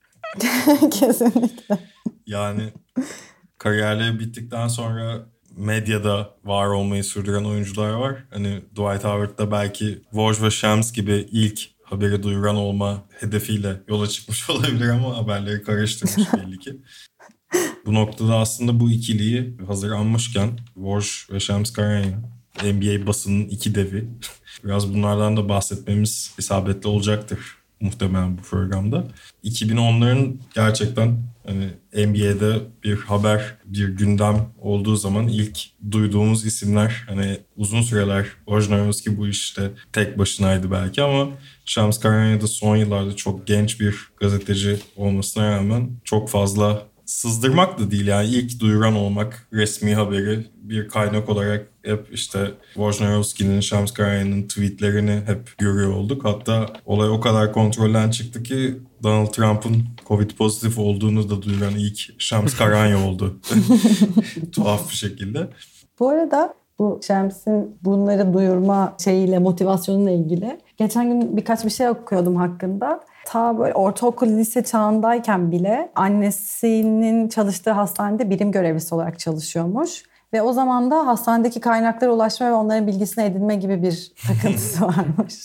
Kesinlikle. Yani kariyerleri bittikten sonra medyada var olmayı sürdüren oyuncular var. Hani Dwight Howard da belki Woj ve Shams gibi ilk haberi duyuran olma hedefiyle yola çıkmış olabilir ama haberleri karıştırmış belli ki. Bu noktada aslında bu ikiliyi hazır anmışken Woj ve Shams Charania, N B A basının iki devi. Biraz bunlardan da bahsetmemiz isabetli olacaktır muhtemelen bu programda. iki bin onların gerçekten hani N B A'de bir haber, bir gündem olduğu zaman ilk duyduğumuz isimler, hani uzun süreler Wojnarowski bu işte tek başınaydı belki ama Shams Charania da son yıllarda çok genç bir gazeteci olmasına rağmen çok fazla sızdırmak da değil, yani ilk duyuran olmak, resmi haberi bir kaynak olarak hep işte Wojnarowski'nin, Shams Charania'nın tweetlerini hep görüyor olduk. Hatta olay o kadar kontrolden çıktı ki Donald Trump'ın Covid pozitif olduğunu da duyuran ilk Shams Charania oldu. Tuhaf bir şekilde. Bu arada bu Shams'in bunları duyurma şeyiyle, motivasyonuyla ilgili geçen gün birkaç bir şey okuyordum hakkında. Ta böyle ortaokul, lise çağındayken bile annesinin çalıştığı hastanede birim görevlisi olarak çalışıyormuş. Ve o zaman da hastanedeki kaynaklara ulaşma ve onların bilgisini edinme gibi bir takıntısı varmış.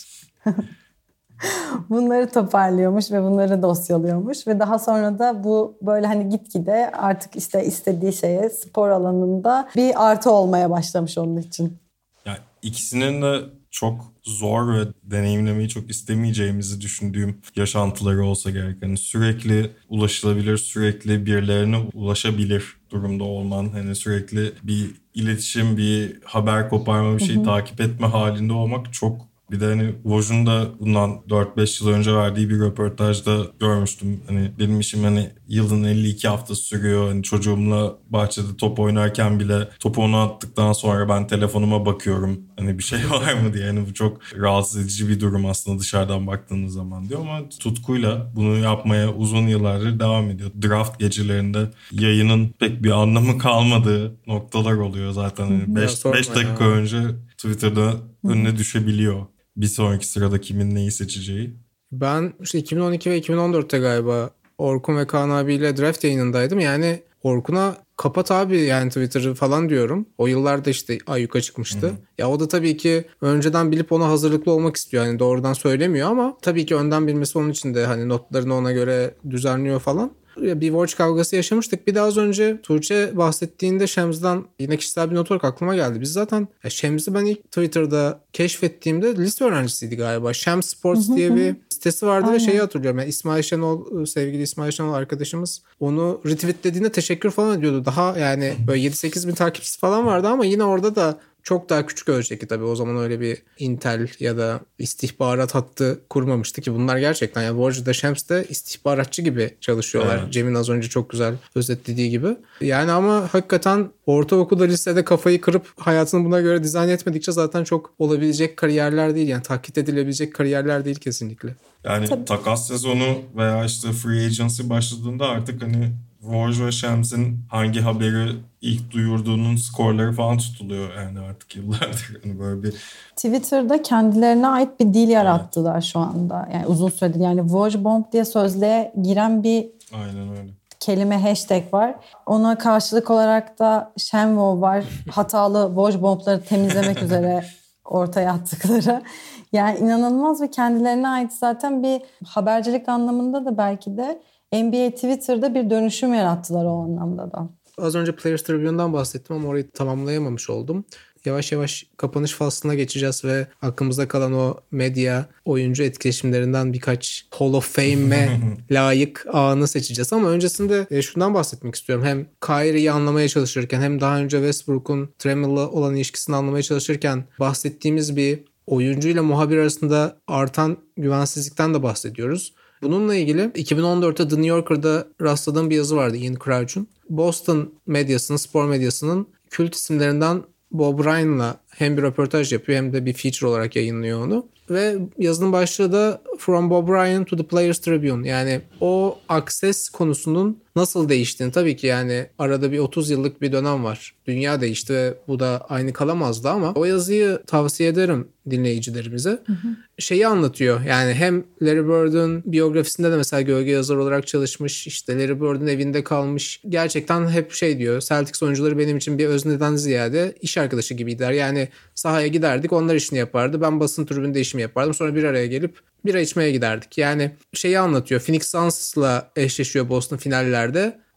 Bunları toparlıyormuş ve bunları dosyalıyormuş. Ve daha sonra da bu böyle hani gitgide artık işte istediği şeye spor alanında bir artı olmaya başlamış onun için. Yani ikisinin de çok zor ve deneyimlemeyi çok istemeyeceğimizi düşündüğüm yaşantıları olsa gerek. Yani sürekli ulaşılabilir, sürekli birilerine ulaşabilir durumda olman, hani sürekli bir iletişim, bir haber koparma, bir şey hı hı. takip etme halinde olmak çok. Bir de hani Woj'un da bundan dört beş yıl önce verdiği bir röportajda görmüştüm. Hani benim işim hani yılın elli iki haftası sürüyor. Hani çocuğumla bahçede top oynarken bile topu ona attıktan sonra ben telefonuma bakıyorum. Hani bir şey var mı diye. Yani bu çok rahatsız edici bir durum aslında dışarıdan baktığınız zaman diyor. Ama tutkuyla bunu yapmaya uzun yıllardır devam ediyor. Draft gecelerinde yayının pek bir anlamı kalmadığı noktalar oluyor zaten. Hani beş dakika ya. önce Twitter'da önüne düşebiliyor bir sonraki sırada kimin neyi seçeceği. Ben işte iki bin on iki ve iki bin on dörtte galiba Orkun ve Kaan abiyle draft yayınındaydım. Yani Orkun'a kapat abi yani Twitter'ı falan diyorum. O yıllarda işte ayyuka çıkmıştı. Hı hı. Ya o da tabii ki önceden bilip ona hazırlıklı olmak istiyor. Hani doğrudan söylemiyor ama tabii ki önden bilmesi onun için de hani notlarını ona göre düzenliyor falan. Bir Woj kavgası yaşamıştık. Bir de az önce Tuğçe bahsettiğinde Shams'dan yine kişisel bir not olarak aklıma geldi. Biz zaten Shams'i ben ilk Twitter'da keşfettiğimde lise öğrencisiydi galiba. Shams Sports diye bir sitesi vardı. Aynen. Ve şeyi hatırlıyorum. Yani İsmail Şenol, sevgili İsmail Şenol arkadaşımız onu retweetlediğinde teşekkür falan ediyordu. Daha yani böyle yedi sekiz bin takipçisi falan vardı ama yine orada da çok daha küçük ölçekli tabii. O zaman öyle bir Intel ya da istihbarat hattı kurmamıştı ki bunlar gerçekten yani Woj da Shams de istihbaratçı gibi çalışıyorlar. Evet. Cem'in az önce çok güzel özetlediği gibi. Yani ama hakikaten ortaokulda, lisede kafayı kırıp hayatını buna göre dizayn etmedikçe zaten çok olabilecek kariyerler değil. Yani taklit edilebilecek kariyerler değil kesinlikle. Yani tabii. Takas sezonu veya işte free agency başladığında artık hani Woj ve Shams'in hangi haberi ilk duyurduğunun skorları falan tutuluyor yani artık yıllardır. Yani böyle bir Twitter'da kendilerine ait bir dil yarattılar evet. şu anda. Yani uzun süredir yani Woj bomb diye sözlüğe giren bir aynen öyle. kelime hashtag var. Ona karşılık olarak da Shamwo var. Hatalı Woj bombları temizlemek üzere ortaya attıkları. Yani inanılmaz ve kendilerine ait zaten bir habercilik anlamında da belki de N B A Twitter'da bir dönüşüm yarattılar o anlamda da. Az önce Players Tribune'dan bahsettim ama orayı tamamlayamamış oldum. Yavaş yavaş kapanış faslına geçeceğiz ve aklımızda kalan o medya oyuncu etkileşimlerinden birkaç Hall of Fame'e layık anı seçeceğiz. Ama öncesinde şundan bahsetmek istiyorum. Hem Kyrie'yi anlamaya çalışırken hem daha önce Westbrook'un Trammell'la olan ilişkisini anlamaya çalışırken bahsettiğimiz bir oyuncuyla muhabir arasında artan güvensizlikten de bahsediyoruz. Bununla ilgili iki bin on dörtte The New Yorker'da rastladığım bir yazı vardı Ian Crouch'un. Boston medyasının, spor medyasının kült isimlerinden Bob Ryan'la hem bir röportaj yapıyor hem de bir feature olarak yayınlıyor onu. Ve yazının başlığı da From Bob Ryan to the Players Tribune. Yani o akses konusunun nasıl değiştiğini, tabii ki yani arada bir otuz yıllık bir dönem var. Dünya değişti ve bu da aynı kalamazdı ama o yazıyı tavsiye ederim dinleyicilerimize. Hı hı. Şeyi anlatıyor. Yani hem Larry Bird'ün biyografisinde de mesela gölge yazar olarak çalışmış. İşte Larry Bird'ün evinde kalmış. Gerçekten hep şey diyor. Celtics oyuncuları benim için bir özneden ziyade iş arkadaşı gibiydiler. Yani sahaya giderdik, onlar işini yapardı. Ben basın tribünde işimi yapardım. Sonra bir araya gelip bira içmeye giderdik. Yani şeyi anlatıyor. Phoenix Suns'la eşleşiyor Boston finallerde.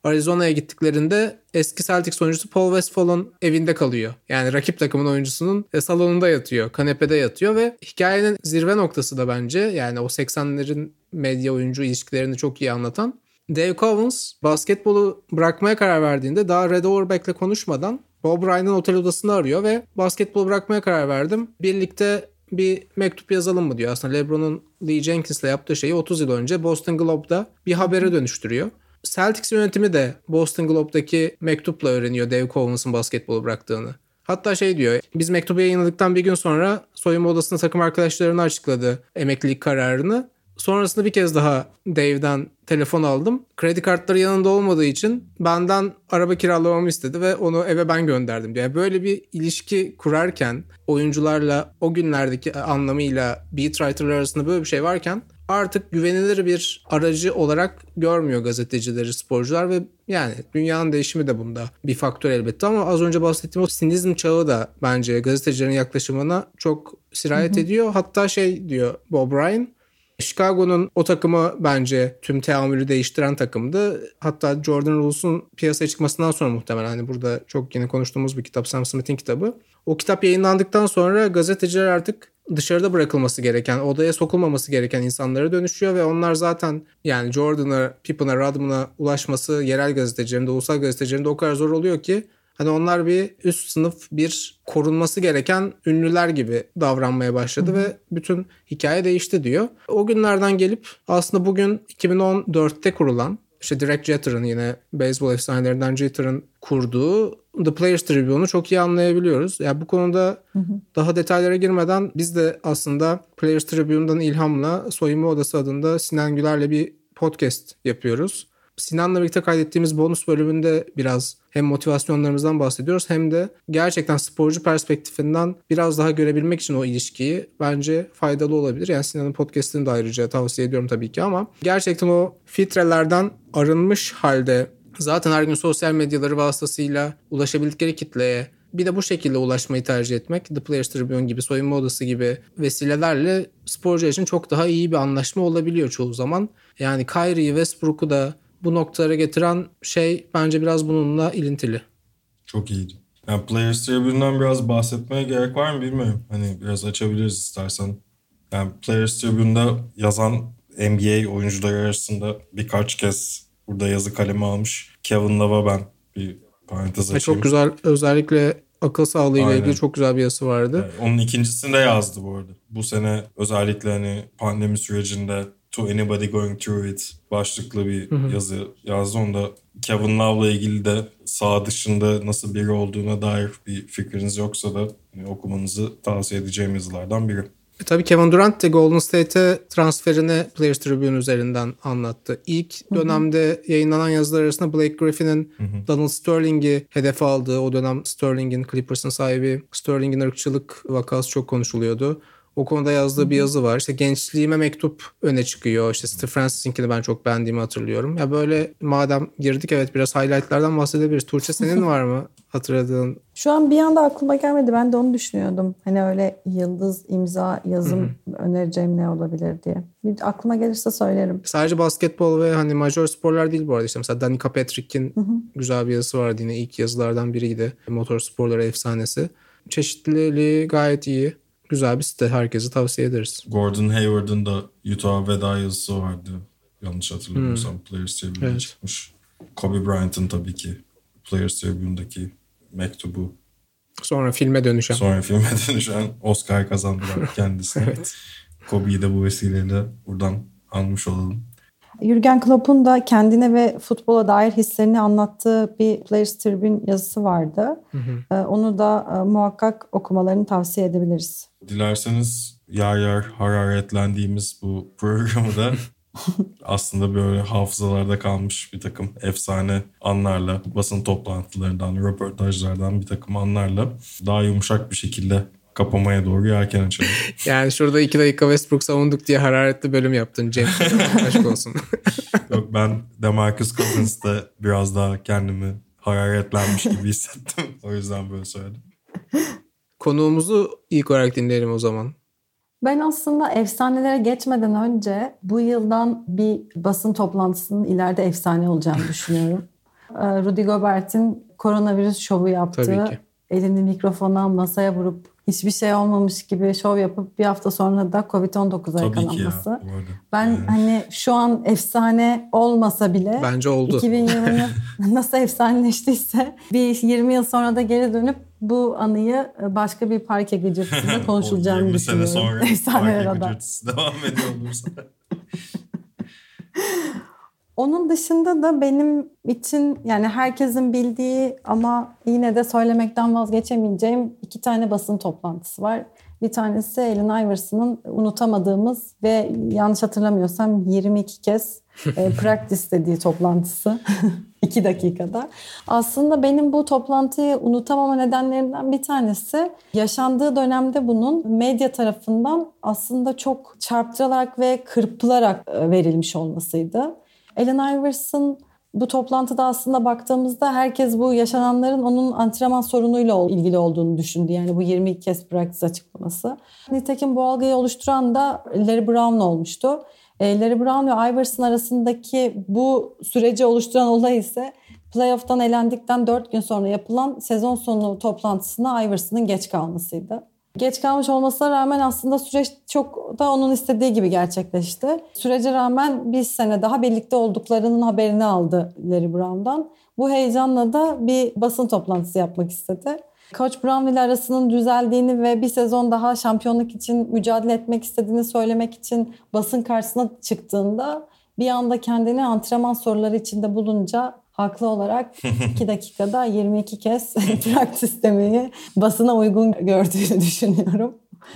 Arizona'ya gittiklerinde eski Celtics oyuncusu Paul Westphal'ın evinde kalıyor. Yani rakip takımın oyuncusunun salonunda yatıyor, kanepede yatıyor ve hikayenin zirve noktası da bence yani o seksenlerin medya oyuncu ilişkilerini çok iyi anlatan. Dave Covens basketbolu bırakmaya karar verdiğinde daha Red Auerbach'le konuşmadan Bob Ryan'ın otel odasını arıyor ve basketbolu bırakmaya karar verdim. Birlikte bir mektup yazalım mı diyor. Aslında LeBron'un Lee Jenkins'le yaptığı şeyi otuz yıl önce Boston Globe'da bir habere dönüştürüyor. Celtics yönetimi de Boston Globe'daki mektupla öğreniyor Dave Covens'ın basketbolu bıraktığını. Hatta şey diyor, biz mektubu yayınladıktan bir gün sonra soyunma odasında takım arkadaşlarına açıkladı emeklilik kararını. Sonrasında bir kez daha Dave'den telefon aldım. Kredi kartları yanında olmadığı için benden araba kiralamamı istedi ve onu eve ben gönderdim diyor. Yani böyle bir ilişki kurarken oyuncularla o günlerdeki anlamıyla beat writer'lar arasında böyle bir şey varken artık güvenilir bir aracı olarak görmüyor gazetecileri, sporcular ve yani dünyanın değişimi de bunda bir faktör elbette ama az önce bahsettiğim o sinizm çağı da bence gazetecilerin yaklaşımına çok sirayet hı hı. ediyor. Hatta şey diyor Bob Ryan, Chicago'nun o takımı bence tüm teamülü değiştiren takımdı. Hatta Jordan Rules'un piyasaya çıkmasından sonra muhtemelen hani burada çok yine konuştuğumuz bir kitap, Sam Smith'in kitabı. O kitap yayınlandıktan sonra gazeteciler artık dışarıda bırakılması gereken, odaya sokulmaması gereken insanlara dönüşüyor ve onlar zaten yani Jordan'a, Pippen'a, Rodman'a ulaşması yerel gazetecilerin de, ulusal gazetecilerin de o kadar zor oluyor ki hani onlar bir üst sınıf, bir korunması gereken ünlüler gibi davranmaya başladı hı hı. ve bütün hikaye değişti diyor. O günlerden gelip aslında bugün iki bin on dörtte kurulan, işte Derek Jeter'ın yine beyzbol efsanelerinden Jeter'ın kurduğu The Players Tribune'u çok iyi anlayabiliyoruz. Yani bu konuda hı hı. daha detaylara girmeden biz de aslında Players Tribune'dan ilhamla Soyunma Odası adında Sinan Güler'le bir podcast yapıyoruz. Sinan'la birlikte kaydettiğimiz bonus bölümünde biraz hem motivasyonlarımızdan bahsediyoruz hem de gerçekten sporcu perspektifinden biraz daha görebilmek için o ilişkiyi bence faydalı olabilir. Yani Sinan'ın podcast'ını da ayrıca tavsiye ediyorum tabii ki ama gerçekten o filtrelerden arınmış halde zaten her gün sosyal medyaları vasıtasıyla ulaşabildikleri kitleye bir de bu şekilde ulaşmayı tercih etmek, The Players Tribune gibi, Soyunma Odası gibi vesilelerle sporcu için çok daha iyi bir anlaşma olabiliyor çoğu zaman. Yani Kyrie'yi, Westbrook'u da bu noktalara getiren şey bence biraz bununla ilintili. Çok iyiydi. Yani Players Tribune'dan biraz bahsetmeye gerek var mı bilmiyorum. Hani biraz açabiliriz istersen. Yani Players Tribune'da yazan N B A oyuncuları arasında birkaç kez burada yazı kalemi almış Kevin Love'a ben bir parantez açayım. Çok güzel, özellikle akıl sağlığı ile ilgili çok güzel bir yazısı vardı. Yani onun ikincisini de yazdı bu arada. Bu sene özellikle hani pandemi sürecinde To Anybody Going Through It başlıklı bir hı hı. yazı yazdı. Onda Kevin Love'la ilgili de sağ dışında nasıl biri olduğuna dair bir fikriniz yoksa da yani okumanızı tavsiye edeceğim yazılardan biri. E tabii Kevin Durant de Golden State'e transferini Players Tribune üzerinden anlattı. İlk hı hı. dönemde yayınlanan yazılar arasında Blake Griffin'in hı hı. Donald Sterling'i hedef aldığı, o dönem Sterling'in, Clippers'ın sahibi Sterling'in ırkçılık vakası çok konuşuluyordu. O konuda yazdığı bir yazı var. İşte gençliğime mektup öne çıkıyor. İşte Steve Francis'inkini ben çok beğendiğimi hatırlıyorum. Ya böyle madem girdik evet biraz highlightlardan bahsedebiliriz. Tuğçe senin var mı hatırladığın? Şu an bir anda aklıma gelmedi. Ben de onu düşünüyordum. Hani öyle yıldız, imza, yazım Hı-hı. önereceğim ne olabilir diye. Bir aklıma gelirse söylerim. Sadece basketbol ve hani major sporlar değil bu arada. İşte mesela Danica Patrick'in Hı-hı. güzel bir yazısı vardı. Yine ilk yazılardan biriydi. Motor sporları efsanesi. Çeşitliliği gayet iyi. Güzel bir site. Herkese tavsiye ederiz. Gordon Hayward'ın da Utah veda yazısı vardı. Yanlış hatırlamıyorsam hmm. Players Tribune'da evet. çıkmış. Kobe Bryant'ın tabii ki Players Tribune'daki mektubu. Sonra filme dönüşen. Sonra filme dönüşen Oscar kazandılar kendisine. evet. Kobe'yi de bu vesileyle buradan anmış olalım. Jürgen Klopp'un da kendine ve futbola dair hislerini anlattığı bir Players Tribune yazısı vardı. Hı hı. Onu da e, muhakkak okumalarını tavsiye edebiliriz. Dilerseniz yer yer hararetlendiğimiz bu programı da aslında böyle hafızalarda kalmış bir takım efsane anlarla, basın toplantılarından, röportajlardan bir takım anlarla daha yumuşak bir şekilde kapamaya doğru yelken açalım. Yani şurada iki dakika Westbrook savunduk diye hararetli bölüm yaptın Cem. Aşk olsun. Yok ben DeMarcus Cousins'ta biraz daha kendimi hararetlenmiş gibi hissettim. O yüzden böyle söyledim. Konuğumuzu ilk olarak dinleyelim o zaman. Ben aslında efsanelere geçmeden önce bu yıldan bir basın toplantısının ileride efsane olacağını düşünüyorum. e, Rudy Gobert'in koronavirüs şovu yaptığı, Tabii ki. elini mikrofona masaya vurup hiçbir şey olmamış gibi şov yapıp bir hafta sonra da covid on dokuza Tabii ki ya. yakalanması. bu arada. Ben Yani hani şu an efsane olmasa bile Bence oldu. iki bin yirmi nasıl efsaneleştiyse bir yirmi yıl sonra da geri dönüp bu anıyı başka bir parke gıcırtısında o konuşulacağını yirmi sene düşünüyorum. sonra Efsaneler parke adam. gıcırtısı devam ediyor olursa. Onun dışında da benim için yani herkesin bildiği ama yine de söylemekten vazgeçemeyeceğim iki tane basın toplantısı var. Bir tanesi Allen Iverson'ın unutamadığımız ve yanlış hatırlamıyorsam yirmi iki kez e, practice dediği toplantısı. iki dakikada. Aslında benim bu toplantıyı unutamama nedenlerimden bir tanesi yaşandığı dönemde bunun medya tarafından aslında çok çarpıtılarak ve kırpılarak e, verilmiş olmasıydı. Allen Iverson bu toplantıda aslında baktığımızda herkes bu yaşananların onun antrenman sorunuyla ilgili olduğunu düşündü. Yani bu yirmi iki kez practice açıklaması. Nitekim bu algıyı oluşturan da Larry Brown olmuştu. Larry Brown ve Iverson arasındaki bu süreci oluşturan olay ise playoff'tan elendikten dört gün sonra yapılan sezon sonu toplantısına Iverson'ın geç kalmasıydı. Geç kalmış olmasına rağmen aslında süreç çok da onun istediği gibi gerçekleşti. Sürece rağmen bir sene daha birlikte olduklarının haberini aldı Larry Brown'dan. Bu heyecanla da bir basın toplantısı yapmak istedi. Coach Brown ile arasının düzeldiğini ve bir sezon daha şampiyonluk için mücadele etmek istediğini söylemek için basın karşısına çıktığında bir anda kendini antrenman soruları içinde bulunca haklı olarak iki dakikada yirmi iki kez practice demeyi basına uygun gördüğünü düşünüyorum.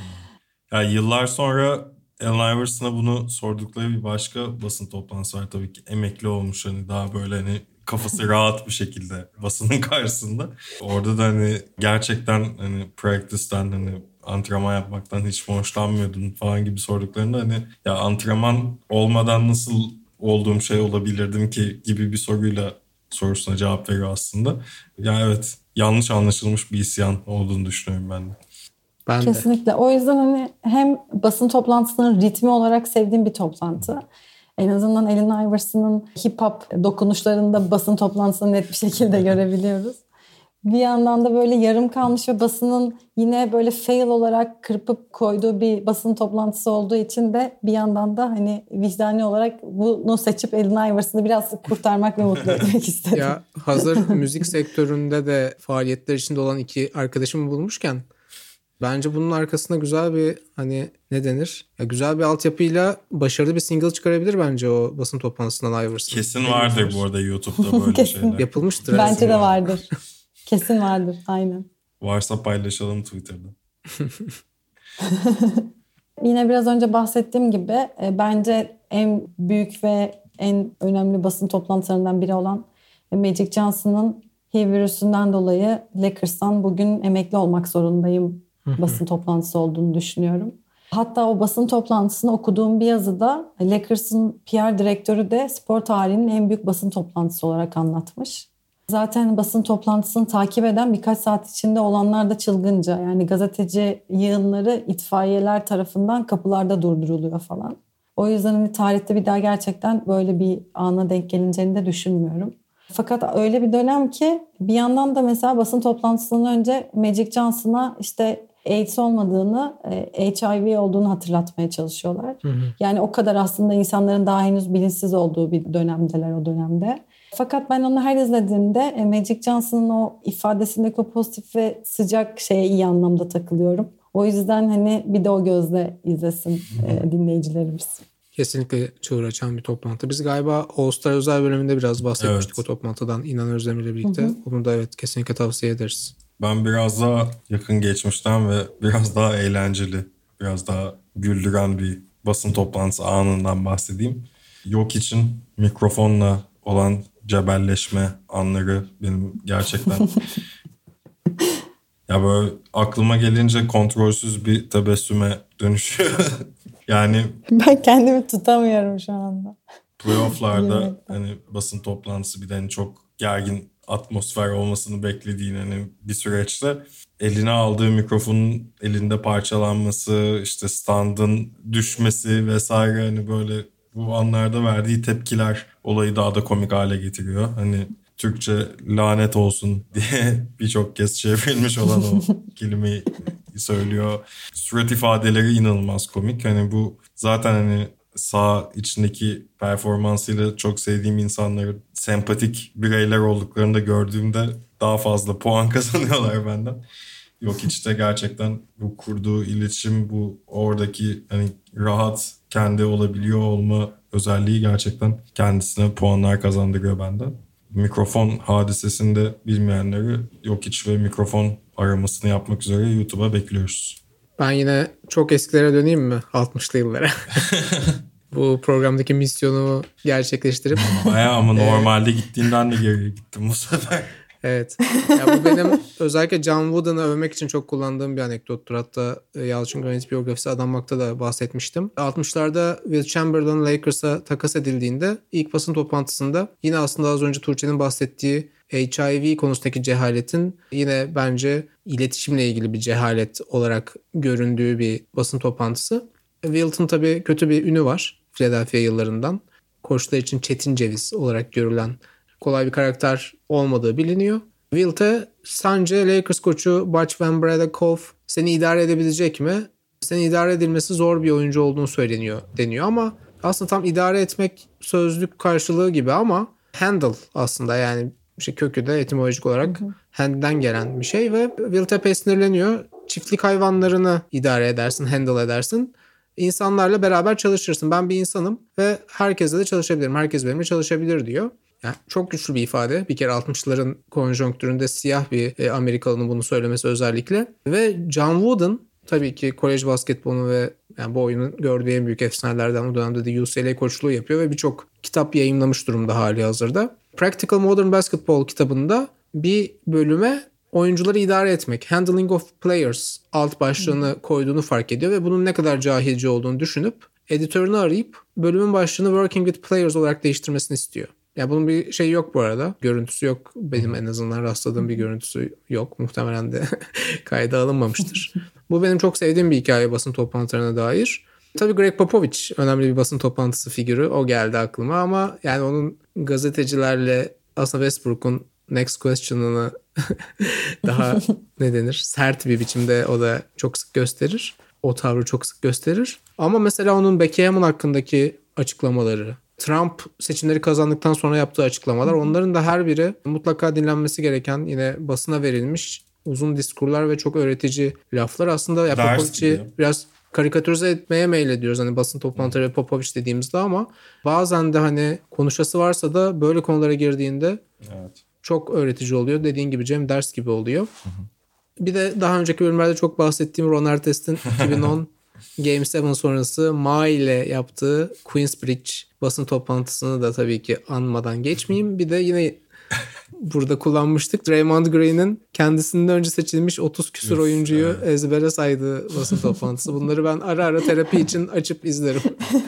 Yani yıllar sonra Allen Iverson'a bunu sordukları bir başka basın toplantısı var tabii ki. Emekli olmuş hani daha böyle hani kafası rahat bir şekilde basının karşısında. Orada da hani gerçekten hani practice'ten hani antrenman yapmaktan hiç mi hoşlanmıyordun falan gibi sorduklarında hani ya antrenman olmadan nasıl olduğum şey olabilirdim ki gibi bir soruyla sorusuna cevap veriyor aslında. Yani evet yanlış anlaşılmış bir isyan olduğunu düşünüyorum ben de. Ben Kesinlikle. de. O yüzden hani hem basın toplantısının ritmi olarak sevdiğim bir toplantı. En azından Allen Iverson'ın hip hop dokunuşlarında basın toplantısını net bir şekilde görebiliyoruz. Bir yandan da böyle yarım kalmış ve basının yine böyle fail olarak kırpıp koyduğu bir basın toplantısı olduğu için de bir yandan da hani vicdani olarak bunu seçip Allen Iverson'ı biraz kurtarmak ve mutlu etmek istedim. Ya hazır müzik sektöründe de faaliyetler içinde olan iki arkadaşımı bulmuşken bence bunun arkasında güzel bir hani ne denir? Ya güzel bir altyapıyla başarılı bir single çıkarabilir bence o basın toplantısından Iverson. Kesin vardır bu arada YouTube'da böyle Kesin. şeyler. Yapılmıştır. Bence aslında. de vardır. Kesin vardır. Aynen. Varsa paylaşalım Twitter'da. Yine biraz önce bahsettiğim gibi e, bence en büyük ve en önemli basın toplantılarından biri olan Magic Johnson'ın H I V virüsünden dolayı Lakers'tan bugün emekli olmak zorundayım basın toplantısı olduğunu düşünüyorum. Hatta o basın toplantısını okuduğum bir yazıda Lakers'ın P R direktörü de spor tarihinin en büyük basın toplantısı olarak anlatmış. Zaten basın toplantısını takip eden birkaç saat içinde olanlar da çılgınca. Yani gazeteci yığınları itfaiyeler tarafından kapılarda durduruluyor falan. O yüzden hani tarihte bir daha gerçekten böyle bir ana denk gelineceğini de düşünmüyorum. Fakat öyle bir dönem ki bir yandan da mesela basın toplantısından önce Magic Johnson'a işte AIDS olmadığını, H I V olduğunu hatırlatmaya çalışıyorlar. Hı hı. Yani o kadar aslında insanların daha henüz bilinçsiz olduğu bir dönemdeler o dönemde. Fakat ben onu her izlediğimde Magic Johnson'ın o ifadesindeki o pozitif ve sıcak şeye iyi anlamda takılıyorum. O yüzden hani bir de o gözle izlesin e, dinleyicilerimiz. Kesinlikle çığır açan bir toplantı. Biz galiba All-Star özel bölümünde biraz bahsetmiştik evet. o toplantıdan. İnan Özdemir'le birlikte. Hı hı. Bunu da evet kesinlikle tavsiye ederiz. Ben biraz daha yakın geçmişten ve biraz daha eğlenceli, biraz daha güldüren bir basın toplantısı anından bahsedeyim. Yok için mikrofonla olan cebelleşme anları benim gerçekten ya böyle aklıma gelince kontrolsüz bir tebessüme dönüşüyor. Yani ben kendimi tutamıyorum şu anda. Playoff'larda hani basın toplantısı bir de hani çok gergin atmosfer olmasını beklediğin hani bir süreçte eline aldığı mikrofonun elinde parçalanması, işte standın düşmesi vesaire hani böyle bu anlarda verdiği tepkiler olayı daha da komik hale getiriyor. Hani Türkçe lanet olsun diye birçok kez çevrilmiş olan o kelimeyi söylüyor. Surat ifadeleri inanılmaz komik. Hani bu zaten hani sağ içindeki performansıyla çok sevdiğim insanların sempatik bireyler olduklarını da gördüğümde daha fazla puan kazanıyorlar benden. Yok işte gerçekten bu kurduğu iletişim, bu oradaki hani rahat kendi olabiliyor olma özelliği gerçekten kendisine puanlar kazandırıyor benden. Mikrofon hadisesinde bilmeyenleri Jokic ve mikrofon aramasını yapmak üzere YouTube'a bekliyoruz. Ben yine çok eskilere döneyim mi? altmışlı yıllara. Bu programdaki misyonumu gerçekleştirip. Bayağı ama normalde gittiğinden de geriye gittim bu sefer. Evet. Ya bu benim özellikle John Wooden'ı övmek için çok kullandığım bir anekdottur. Hatta Yalçın Granit biyografisi Adanmak'ta da bahsetmiştim. altmışlarda Will Chamberlain Lakers'a takas edildiğinde ilk basın toplantısında yine aslında az önce Tuğçe'nin bahsettiği H I V konusundaki cehaletin yine bence iletişimle ilgili bir cehalet olarak göründüğü bir basın toplantısı. Wilt'ın tabii kötü bir ünü var Philadelphia yıllarından. Koçlar için çetin ceviz olarak görülen kolay bir karakter olmadığı biliniyor. Wilt'e sence Lakers koçu Butch Van Breda-Kolff seni idare edebilecek mi? Seni idare edilmesi zor bir oyuncu olduğunu söyleniyor deniyor ama aslında tam idare etmek sözlük karşılığı gibi ama handle aslında yani işte kökü de etimolojik olarak hand'den gelen bir şey ve Wilt epey sinirleniyor. Çiftlik hayvanlarını idare edersin, handle edersin. İnsanlarla beraber çalışırsın. Ben bir insanım ve herkesle de çalışabilirim. Herkes benimle çalışabilir diyor. Yani çok güçlü bir ifade. Bir kere altmışların konjonktüründe siyah bir Amerikalının bunu söylemesi özellikle. Ve John Wooden tabii ki kolej basketbolu ve yani bu oyunun gördüğü en büyük efsanelerden o dönemde de U C L A koçluğu yapıyor ve birçok kitap yayımlamış durumda hali hazırda. Practical Modern Basketball kitabında bir bölüme oyuncuları idare etmek, Handling of Players alt başlığını koyduğunu fark ediyor ve bunun ne kadar cahilce olduğunu düşünüp editörünü arayıp bölümün başlığını Working with Players olarak değiştirmesini istiyor. Ya bunun bir şey yok bu arada. Görüntüsü yok. Benim en azından rastladığım bir görüntüsü yok. Muhtemelen de kayda alınmamıştır. Bu benim çok sevdiğim bir hikaye basın toplantılarına dair. Tabii Greg Popovich önemli bir basın toplantısı figürü. O geldi aklıma ama yani onun gazetecilerle aslında Westbrook'un next question'ını daha ne denir? Sert bir biçimde o da çok sık gösterir. O tavrı çok sık gösterir. Ama mesela onun Beckham'ın hakkındaki açıklamaları, Trump seçimleri kazandıktan sonra yaptığı açıklamalar, onların da her biri mutlaka dinlenmesi gereken yine basına verilmiş uzun diskurlar ve çok öğretici laflar. Aslında ya Popovich'i biraz karikatürize etmeye meylediyoruz hani basın toplantıları ve Popovich dediğimizde ama bazen de hani konuşası varsa da böyle konulara girdiğinde evet, çok öğretici oluyor. Dediğin gibi Cem ders gibi oluyor. Hı hı. Bir de daha önceki bölümlerde çok bahsettiğim Ron Artest'in iki bin on Game yedi sonrası Ma ile yaptığı Queensbridge basın toplantısını da tabii ki anmadan geçmeyeyim. Bir de yine burada kullanmıştık. Draymond Green'in kendisinden önce seçilmiş otuz küsur oyuncuyu evet, ezbere saydığı basın toplantısı. Bunları ben ara ara terapi için açıp izlerim.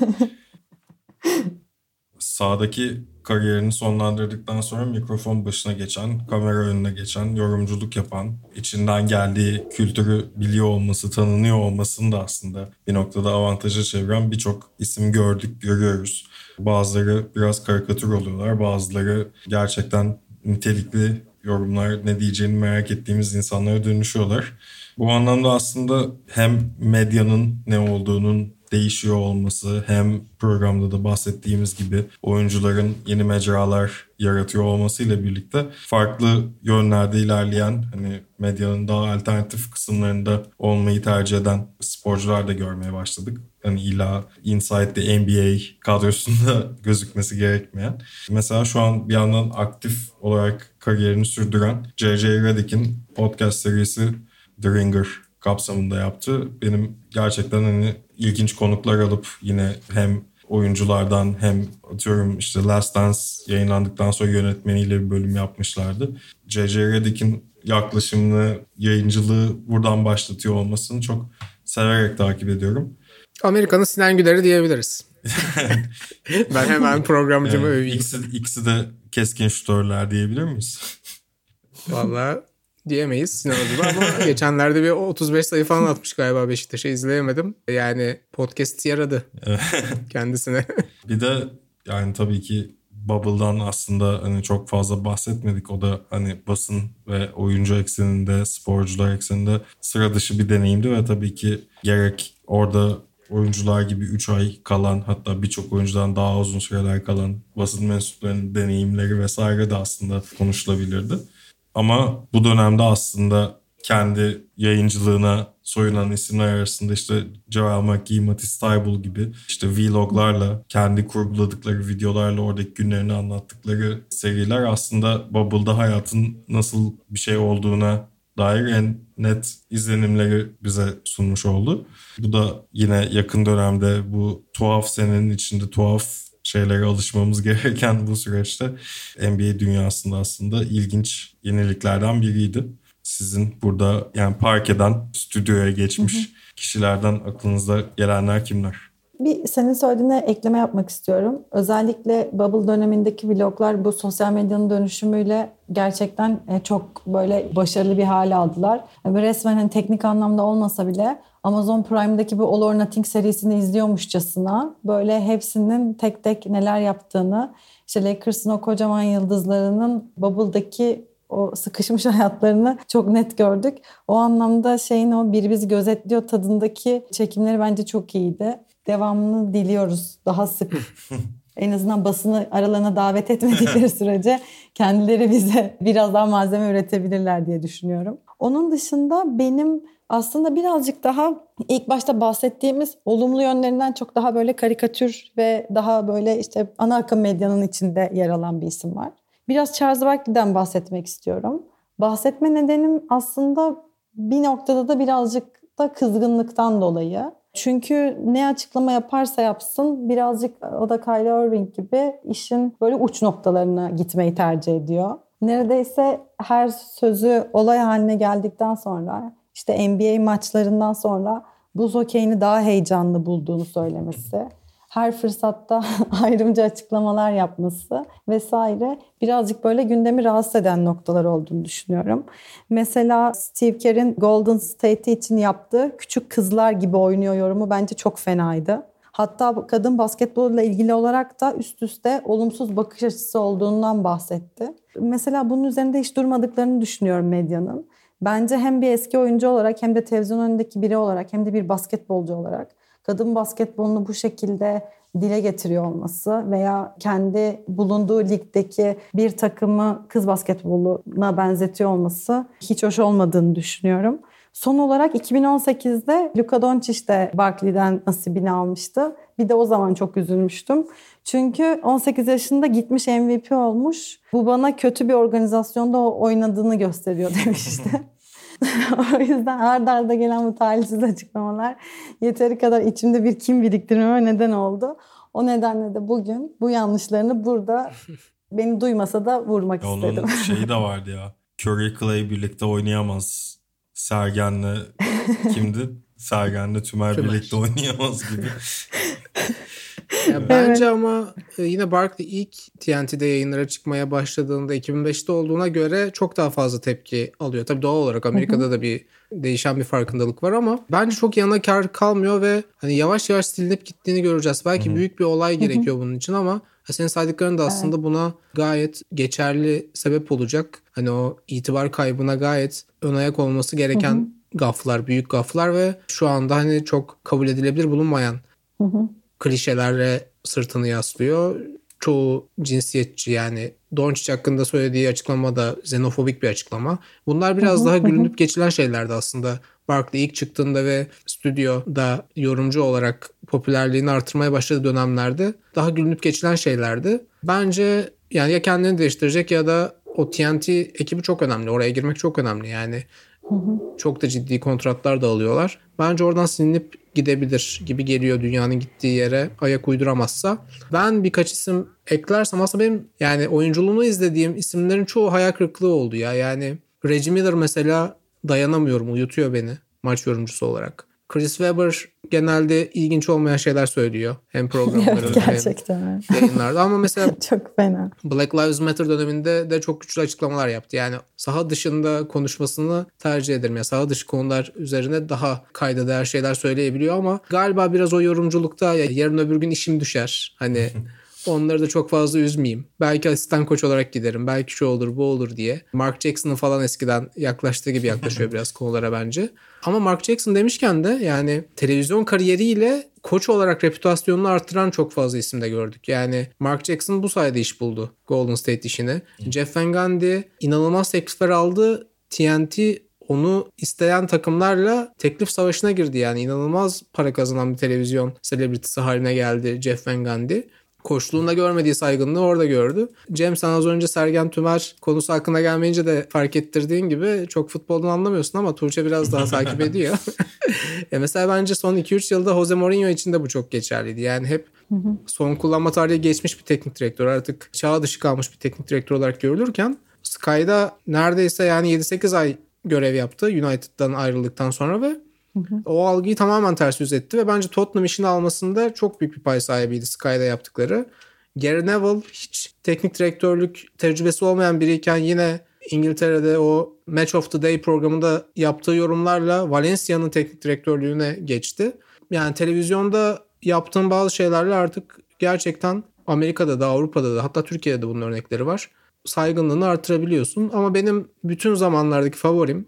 Sahadaki kariyerini sonlandırdıktan sonra mikrofon başına geçen, kamera önüne geçen, yorumculuk yapan, içinden geldiği kültürü biliyor olması, tanınıyor olmasını da aslında bir noktada avantaja çeviren birçok isim gördük, görüyoruz. Bazıları biraz karikatür oluyorlar, bazıları gerçekten nitelikli yorumlar, ne diyeceğini merak ettiğimiz insanlara dönüşüyorlar. Bu anlamda aslında hem medyanın ne olduğunun değişiyor olması, hem programda da bahsettiğimiz gibi oyuncuların yeni mecralar yaratıyor olmasıyla birlikte farklı yönlerde ilerleyen, hani medyanın daha alternatif kısımlarında olmayı tercih eden sporcular da görmeye başladık. Hani illa Inside the N B A kadrosunda gözükmesi gerekmeyen. Mesela şu an bir yandan aktif olarak kariyerini sürdüren J J Redick'in podcast serisi The Ringer kapsamında yaptı. Benim gerçekten hani ilginç konuklar alıp yine hem oyunculardan hem atıyorum işte Last Dance yayınlandıktan sonra yönetmeniyle bir bölüm yapmışlardı. J J Redick'in yaklaşımını, yayıncılığı buradan başlatıyor olmasını çok severek takip ediyorum. Amerika'nın Sinan Güler'i diyebiliriz. Ben hemen programcımı yani öveyim. ikisi, ikisi de keskin şutörler diyebilir miyiz? Vallahi diyemeyiz Sinan gibi ama geçenlerde bir otuz beş sayı falan atmış galiba Beşiktaş'a, izleyemedim. Yani podcast yaradı kendisine. Bir de yani tabii ki Bubble'dan aslında hani çok fazla bahsetmedik. O da hani basın ve oyuncu ekseninde, sporcular ekseninde sıra dışı bir deneyimdi ve tabii ki gerek orada oyuncular gibi üç ay kalan, hatta birçok oyuncudan daha uzun süreler kalan basın mensuplarının deneyimleri vesaire de aslında konuşulabilirdi. Ama bu dönemde aslında kendi yayıncılığına soyunan isimler arasında işte Joel McGee, Matisse Thybulle gibi işte vloglarla, kendi kurguladıkları videolarla oradaki günlerini anlattıkları seriler aslında Bubble'da hayatın nasıl bir şey olduğuna dair en net izlenimleri bize sunmuş oldu. Bu da yine yakın dönemde bu tuhaf senenin içinde tuhaf şeylere alışmamız gereken bu süreçte N B A dünyasında aslında ilginç yeniliklerden biriydi. Sizin burada yani parkeden stüdyoya geçmiş hı hı. kişilerden aklınıza gelenler kimler? Bir senin söylediğine ekleme yapmak istiyorum. Özellikle Bubble dönemindeki vloglar bu sosyal medyanın dönüşümüyle gerçekten çok böyle başarılı bir hale aldılar. Ve resmen hani teknik anlamda olmasa bile Amazon Prime'daki bu All or Nothing serisini izliyormuşçasına böyle hepsinin tek tek neler yaptığını, işte Lakers'ın o kocaman yıldızlarının Bubble'daki o sıkışmış hayatlarını çok net gördük. O anlamda şeyin o biri bizi gözetliyor tadındaki çekimleri bence çok iyiydi. Devamını diliyoruz daha sık. En azından basını aralarına davet etmedikleri sürece kendileri bize biraz daha malzeme üretebilirler diye düşünüyorum. Onun dışında benim aslında birazcık daha ilk başta bahsettiğimiz olumlu yönlerinden çok daha böyle karikatür ve daha böyle işte ana akım medyanın içinde yer alan bir isim var. Biraz Charles Barkley'den bahsetmek istiyorum. Bahsetme nedenim aslında bir noktada da birazcık da kızgınlıktan dolayı. Çünkü ne açıklama yaparsa yapsın birazcık o da Kyrie Irving gibi işin böyle uç noktalarına gitmeyi tercih ediyor. Neredeyse her sözü olay haline geldikten sonra işte N B A maçlarından sonra buz hokeyini daha heyecanlı bulduğunu söylemesi, her fırsatta ayrımcı açıklamalar yapması vesaire birazcık böyle gündemi rahatsız eden noktalar olduğunu düşünüyorum. Mesela Steve Kerr'in Golden State için yaptığı küçük kızlar gibi oynuyor yorumu bence çok fenaydı. Hatta kadın basketbolla ilgili olarak da üst üste olumsuz bakış açısı olduğundan bahsetti. Mesela bunun üzerinde hiç durmadıklarını düşünüyorum medyanın. Bence hem bir eski oyuncu olarak hem de televizyon önündeki biri olarak hem de bir basketbolcu olarak kadın basketbolunu bu şekilde dile getiriyor olması veya kendi bulunduğu ligdeki bir takımı kız basketboluna benzetiyor olması hiç hoş olmadığını düşünüyorum. Son olarak iki bin on sekizde Luka Doncic de Barkley'den nasibini almıştı. Bir de o zaman çok üzülmüştüm. Çünkü on sekiz yaşında gitmiş M V P olmuş. Bu bana kötü bir organizasyonda oynadığını gösteriyor demişti. O yüzden arda arda gelen bu talihsiz açıklamalar yeteri kadar içimde bir kin biriktirmeme neden oldu. O nedenle de bugün bu yanlışlarını burada beni duymasa da vurmak ya istedim. Onun şeyi de vardı ya. Curry Clay birlikte oynayamaz. Sergen'le kimdi? Sergen'le Tümer, Tümer birlikte oynayamaz gibi. Ya bence evet. Ama yine Barkley ilk T N T'de yayınlara çıkmaya başladığında iki bin beşte olduğuna göre çok daha fazla tepki alıyor. Tabii doğal olarak Amerika'da hı hı. da bir değişen bir farkındalık var ama bence çok yana kar kalmıyor ve hani yavaş yavaş silinip gittiğini göreceğiz. Belki hı hı. büyük bir olay gerekiyor hı hı. bunun için ama senin saydıkların da aslında evet. buna gayet geçerli sebep olacak. Hani o itibar kaybına gayet ön ayak olması gereken hı hı. gaflar, büyük gaflar ve şu anda hani çok kabul edilebilir bulunmayan hı hı. klişelerle sırtını yaslıyor. Çoğu cinsiyetçi yani Doncic hakkında söylediği açıklama da xenofobik bir açıklama. Bunlar biraz daha gülünüp geçilen şeylerdi aslında. Barkley ilk çıktığında ve stüdyoda yorumcu olarak popülerliğini artırmaya başladığı dönemlerde daha gülünüp geçilen şeylerdi. Bence yani ya kendini değiştirecek ya da o T N T ekibi çok önemli. Oraya girmek çok önemli yani. Hı hı. Çok da ciddi kontratlar da alıyorlar. Bence oradan silinip gidebilir gibi geliyor dünyanın gittiği yere ayak uyduramazsa. Ben birkaç isim eklersem aslında benim yani oyunculuğunu izlediğim isimlerin çoğu hayal kırıklığı oldu ya. Yani Reggie Miller mesela dayanamıyorum, uyutuyor beni maç yorumcusu olarak. Chris Webber genelde ilginç olmayan şeyler söylüyor. Hem programlarda hem yayınlarda. Ama mesela çok fena. Black Lives Matter döneminde de çok güçlü açıklamalar yaptı. Yani saha dışında konuşmasını tercih ederim. Yani saha dışı konular üzerine daha kayda değer şeyler söyleyebiliyor ama galiba biraz o yorumculukta ya yarın öbür gün işim düşer. Hani Onları da çok fazla üzmeyeyim. Belki asistan koç olarak giderim. Belki şu olur bu olur diye. Mark Jackson'ın falan eskiden yaklaştığı gibi yaklaşıyor biraz konulara bence. Ama Mark Jackson demişken de yani televizyon kariyeriyle koç olarak reputasyonunu arttıran çok fazla isim de gördük. Yani Mark Jackson bu sayede iş buldu Golden State işini. Jeff Van Gundy inanılmaz teklifler aldı. T N T onu isteyen takımlarla teklif savaşına girdi. Yani inanılmaz para kazanan bir televizyon selebrity'si haline geldi Jeff Van Gundy. Koçluğunda görmediği saygınlığı orada gördü. Cem, sen az önce Sergen Tümer konusu hakkında gelmeyince de fark ettirdiğin gibi çok futboldan anlamıyorsun ama Tuğçe biraz daha takip ediyor. e mesela bence son iki üç yılda Jose Mourinho için de bu çok geçerliydi. Yani hep son kullanma tarihi geçmiş bir teknik direktör, artık çağ dışı kalmış bir teknik direktör olarak görülürken Sky'da neredeyse yani yedi sekiz ay görev yaptı United'dan ayrıldıktan sonra ve hı hı. o algıyı tamamen ters yüz etti ve bence Tottenham işini almasında çok büyük bir pay sahibiydi Sky'da yaptıkları. Gary Neville hiç teknik direktörlük tecrübesi olmayan biriyken yine İngiltere'de o Match of the Day programında yaptığı yorumlarla Valencia'nın teknik direktörlüğüne geçti. Yani televizyonda yaptığın bazı şeylerle artık gerçekten Amerika'da da Avrupa'da da hatta Türkiye'de de bunun örnekleri var. Saygınlığını artırabiliyorsun ama benim bütün zamanlardaki favorim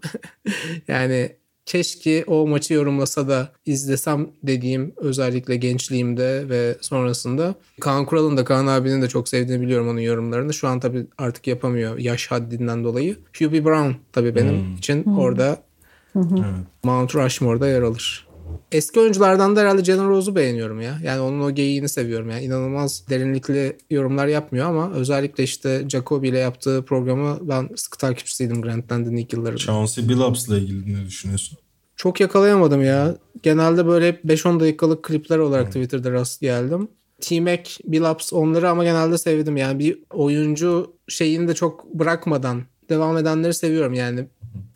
yani keşke o maçı yorumlasa da izlesem dediğim, özellikle gençliğimde ve sonrasında Kaan Kural'ın da, Kaan abinin de çok sevdiğini biliyorum onun yorumlarını. Şu an tabii artık yapamıyor yaş haddinden dolayı. Hubie Brown tabii benim hmm. için hmm. orada hmm. Mount Rushmore'da yer alır. Eski oyunculardan da herhalde Jalen Rose'u beğeniyorum ya. Yani onun o geyiğini seviyorum. Yani inanılmaz derinlikli yorumlar yapmıyor ama özellikle işte Jacoby ile yaptığı programı ben sıkı takipçisiydim Grant Land'in ilk yıllarında. Chauncey Billups'la ilgili ne düşünüyorsun? Çok yakalayamadım ya. Genelde böyle hep beş on dakikalık klipler olarak hmm. Twitter'da rast geldim. T-Mac, Billups onları ama genelde sevdim. Yani bir oyuncu şeyini de çok bırakmadan devam edenleri seviyorum yani. Hmm.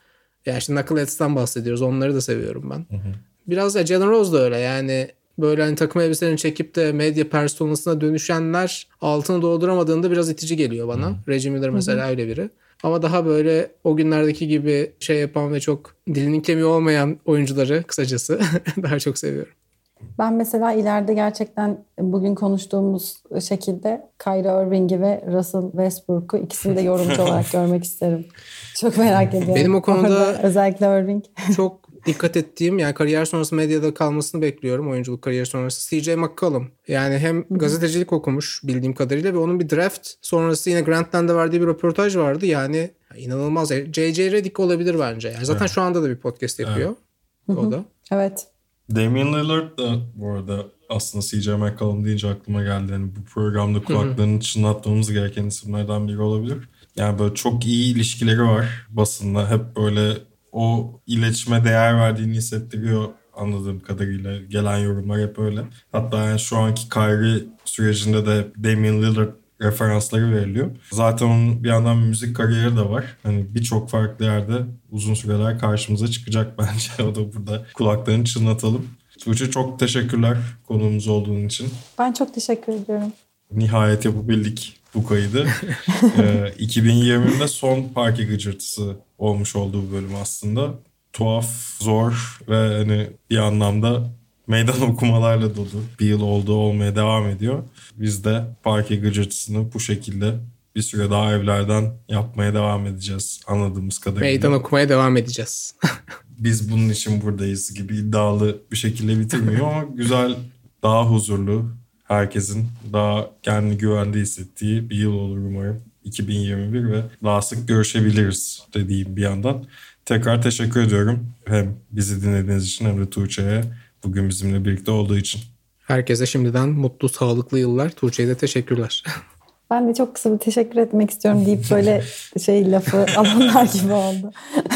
Ya işte Knuckleheads'tan bahsediyoruz. Onları da seviyorum ben. Hmm. Biraz da Jalen Rose da öyle yani böyle hani takım elbiselerini çekip de medya personasına dönüşenler altını dolduramadığında biraz itici geliyor bana. Hmm. Reggie Miller mesela hmm. öyle biri. Ama daha böyle o günlerdeki gibi şey yapan ve çok dilinin kemiği olmayan oyuncuları kısacası daha çok seviyorum. Ben mesela ileride gerçekten bugün konuştuğumuz şekilde Kyrie Irving'i ve Russell Westbrook'u ikisini de yorumcu olarak görmek isterim. Çok merak ediyorum. Benim o konuda orada özellikle Irving. Çok dikkat ettiğim yani kariyer sonrası medyada kalmasını bekliyorum. Oyunculuk kariyeri sonrası. C J McCollum. Yani hem gazetecilik okumuş bildiğim kadarıyla ve onun bir draft sonrası yine Grantland'da verdiği bir röportaj vardı. Yani inanılmaz. J J Redick olabilir bence. Yani zaten evet. Şu anda da bir podcast yapıyor. Evet. O da. Evet. Damian Lillard da bu arada aslında C J McCollum deyince aklıma geldi. Yani bu programda kulaklarını çınlatmamız gereken isimlerden biri olabilir. Yani böyle çok iyi ilişkileri var basında. Hep böyle o iletişime değer verdiğini hissettiriyor anladığım kadarıyla. Gelen yorumlar hep öyle. Hatta yani şu anki Kyrie sürecinde de Damian Lillard referansları veriliyor. Zaten onun bir yandan müzik kariyeri de var. Hani birçok farklı yerde uzun süreler karşımıza çıkacak bence. O da burada kulaklarını çınlatalım. Tuğçe çok teşekkürler konuğumuz olduğun için. Ben çok teşekkür ediyorum. Nihayet yapabildik bu kaydı. ee, iki bin yirmide son Parke Gıcırtısı olmuş olduğu bölüm aslında. Tuhaf, zor ve hani bir anlamda meydan okumalarla dolu. Bir yıl oldu, olmaya devam ediyor. Biz de Parke Gıcırtısını bu şekilde bir süre daha evlerden yapmaya devam edeceğiz anladığımız kadarıyla. Meydan okumaya devam edeceğiz. Biz bunun için buradayız gibi iddialı bir şekilde bitirmiyor ama güzel, daha huzurlu, herkesin daha kendini güvende hissettiği bir yıl olur umarım. iki bin yirmi bir ve daha sık görüşebiliriz dediğim bir yandan. Tekrar teşekkür ediyorum. Hem bizi dinlediğiniz için hem de Tuğçe'ye bugün bizimle birlikte olduğu için. Herkese şimdiden mutlu, sağlıklı yıllar. Tuğçe'ye de teşekkürler. Ben de çok kısa bir teşekkür etmek istiyorum deyip böyle şey lafı alanlar gibi oldu.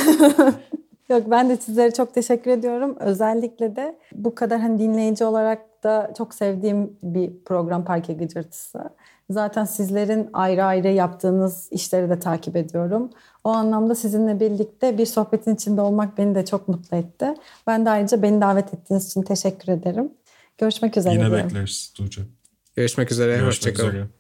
Yok, ben de sizlere çok teşekkür ediyorum. Özellikle de bu kadar hani dinleyici olarak da çok sevdiğim bir program Parke Gıcırtısı. Zaten sizlerin ayrı ayrı yaptığınız işleri de takip ediyorum. O anlamda sizinle birlikte bir sohbetin içinde olmak beni de çok mutlu etti. Ben de ayrıca beni davet ettiğiniz için teşekkür ederim. Görüşmek üzere. Yine diyorum. bekleriz Tuğçe. Görüşmek üzere. Hoşçakalın.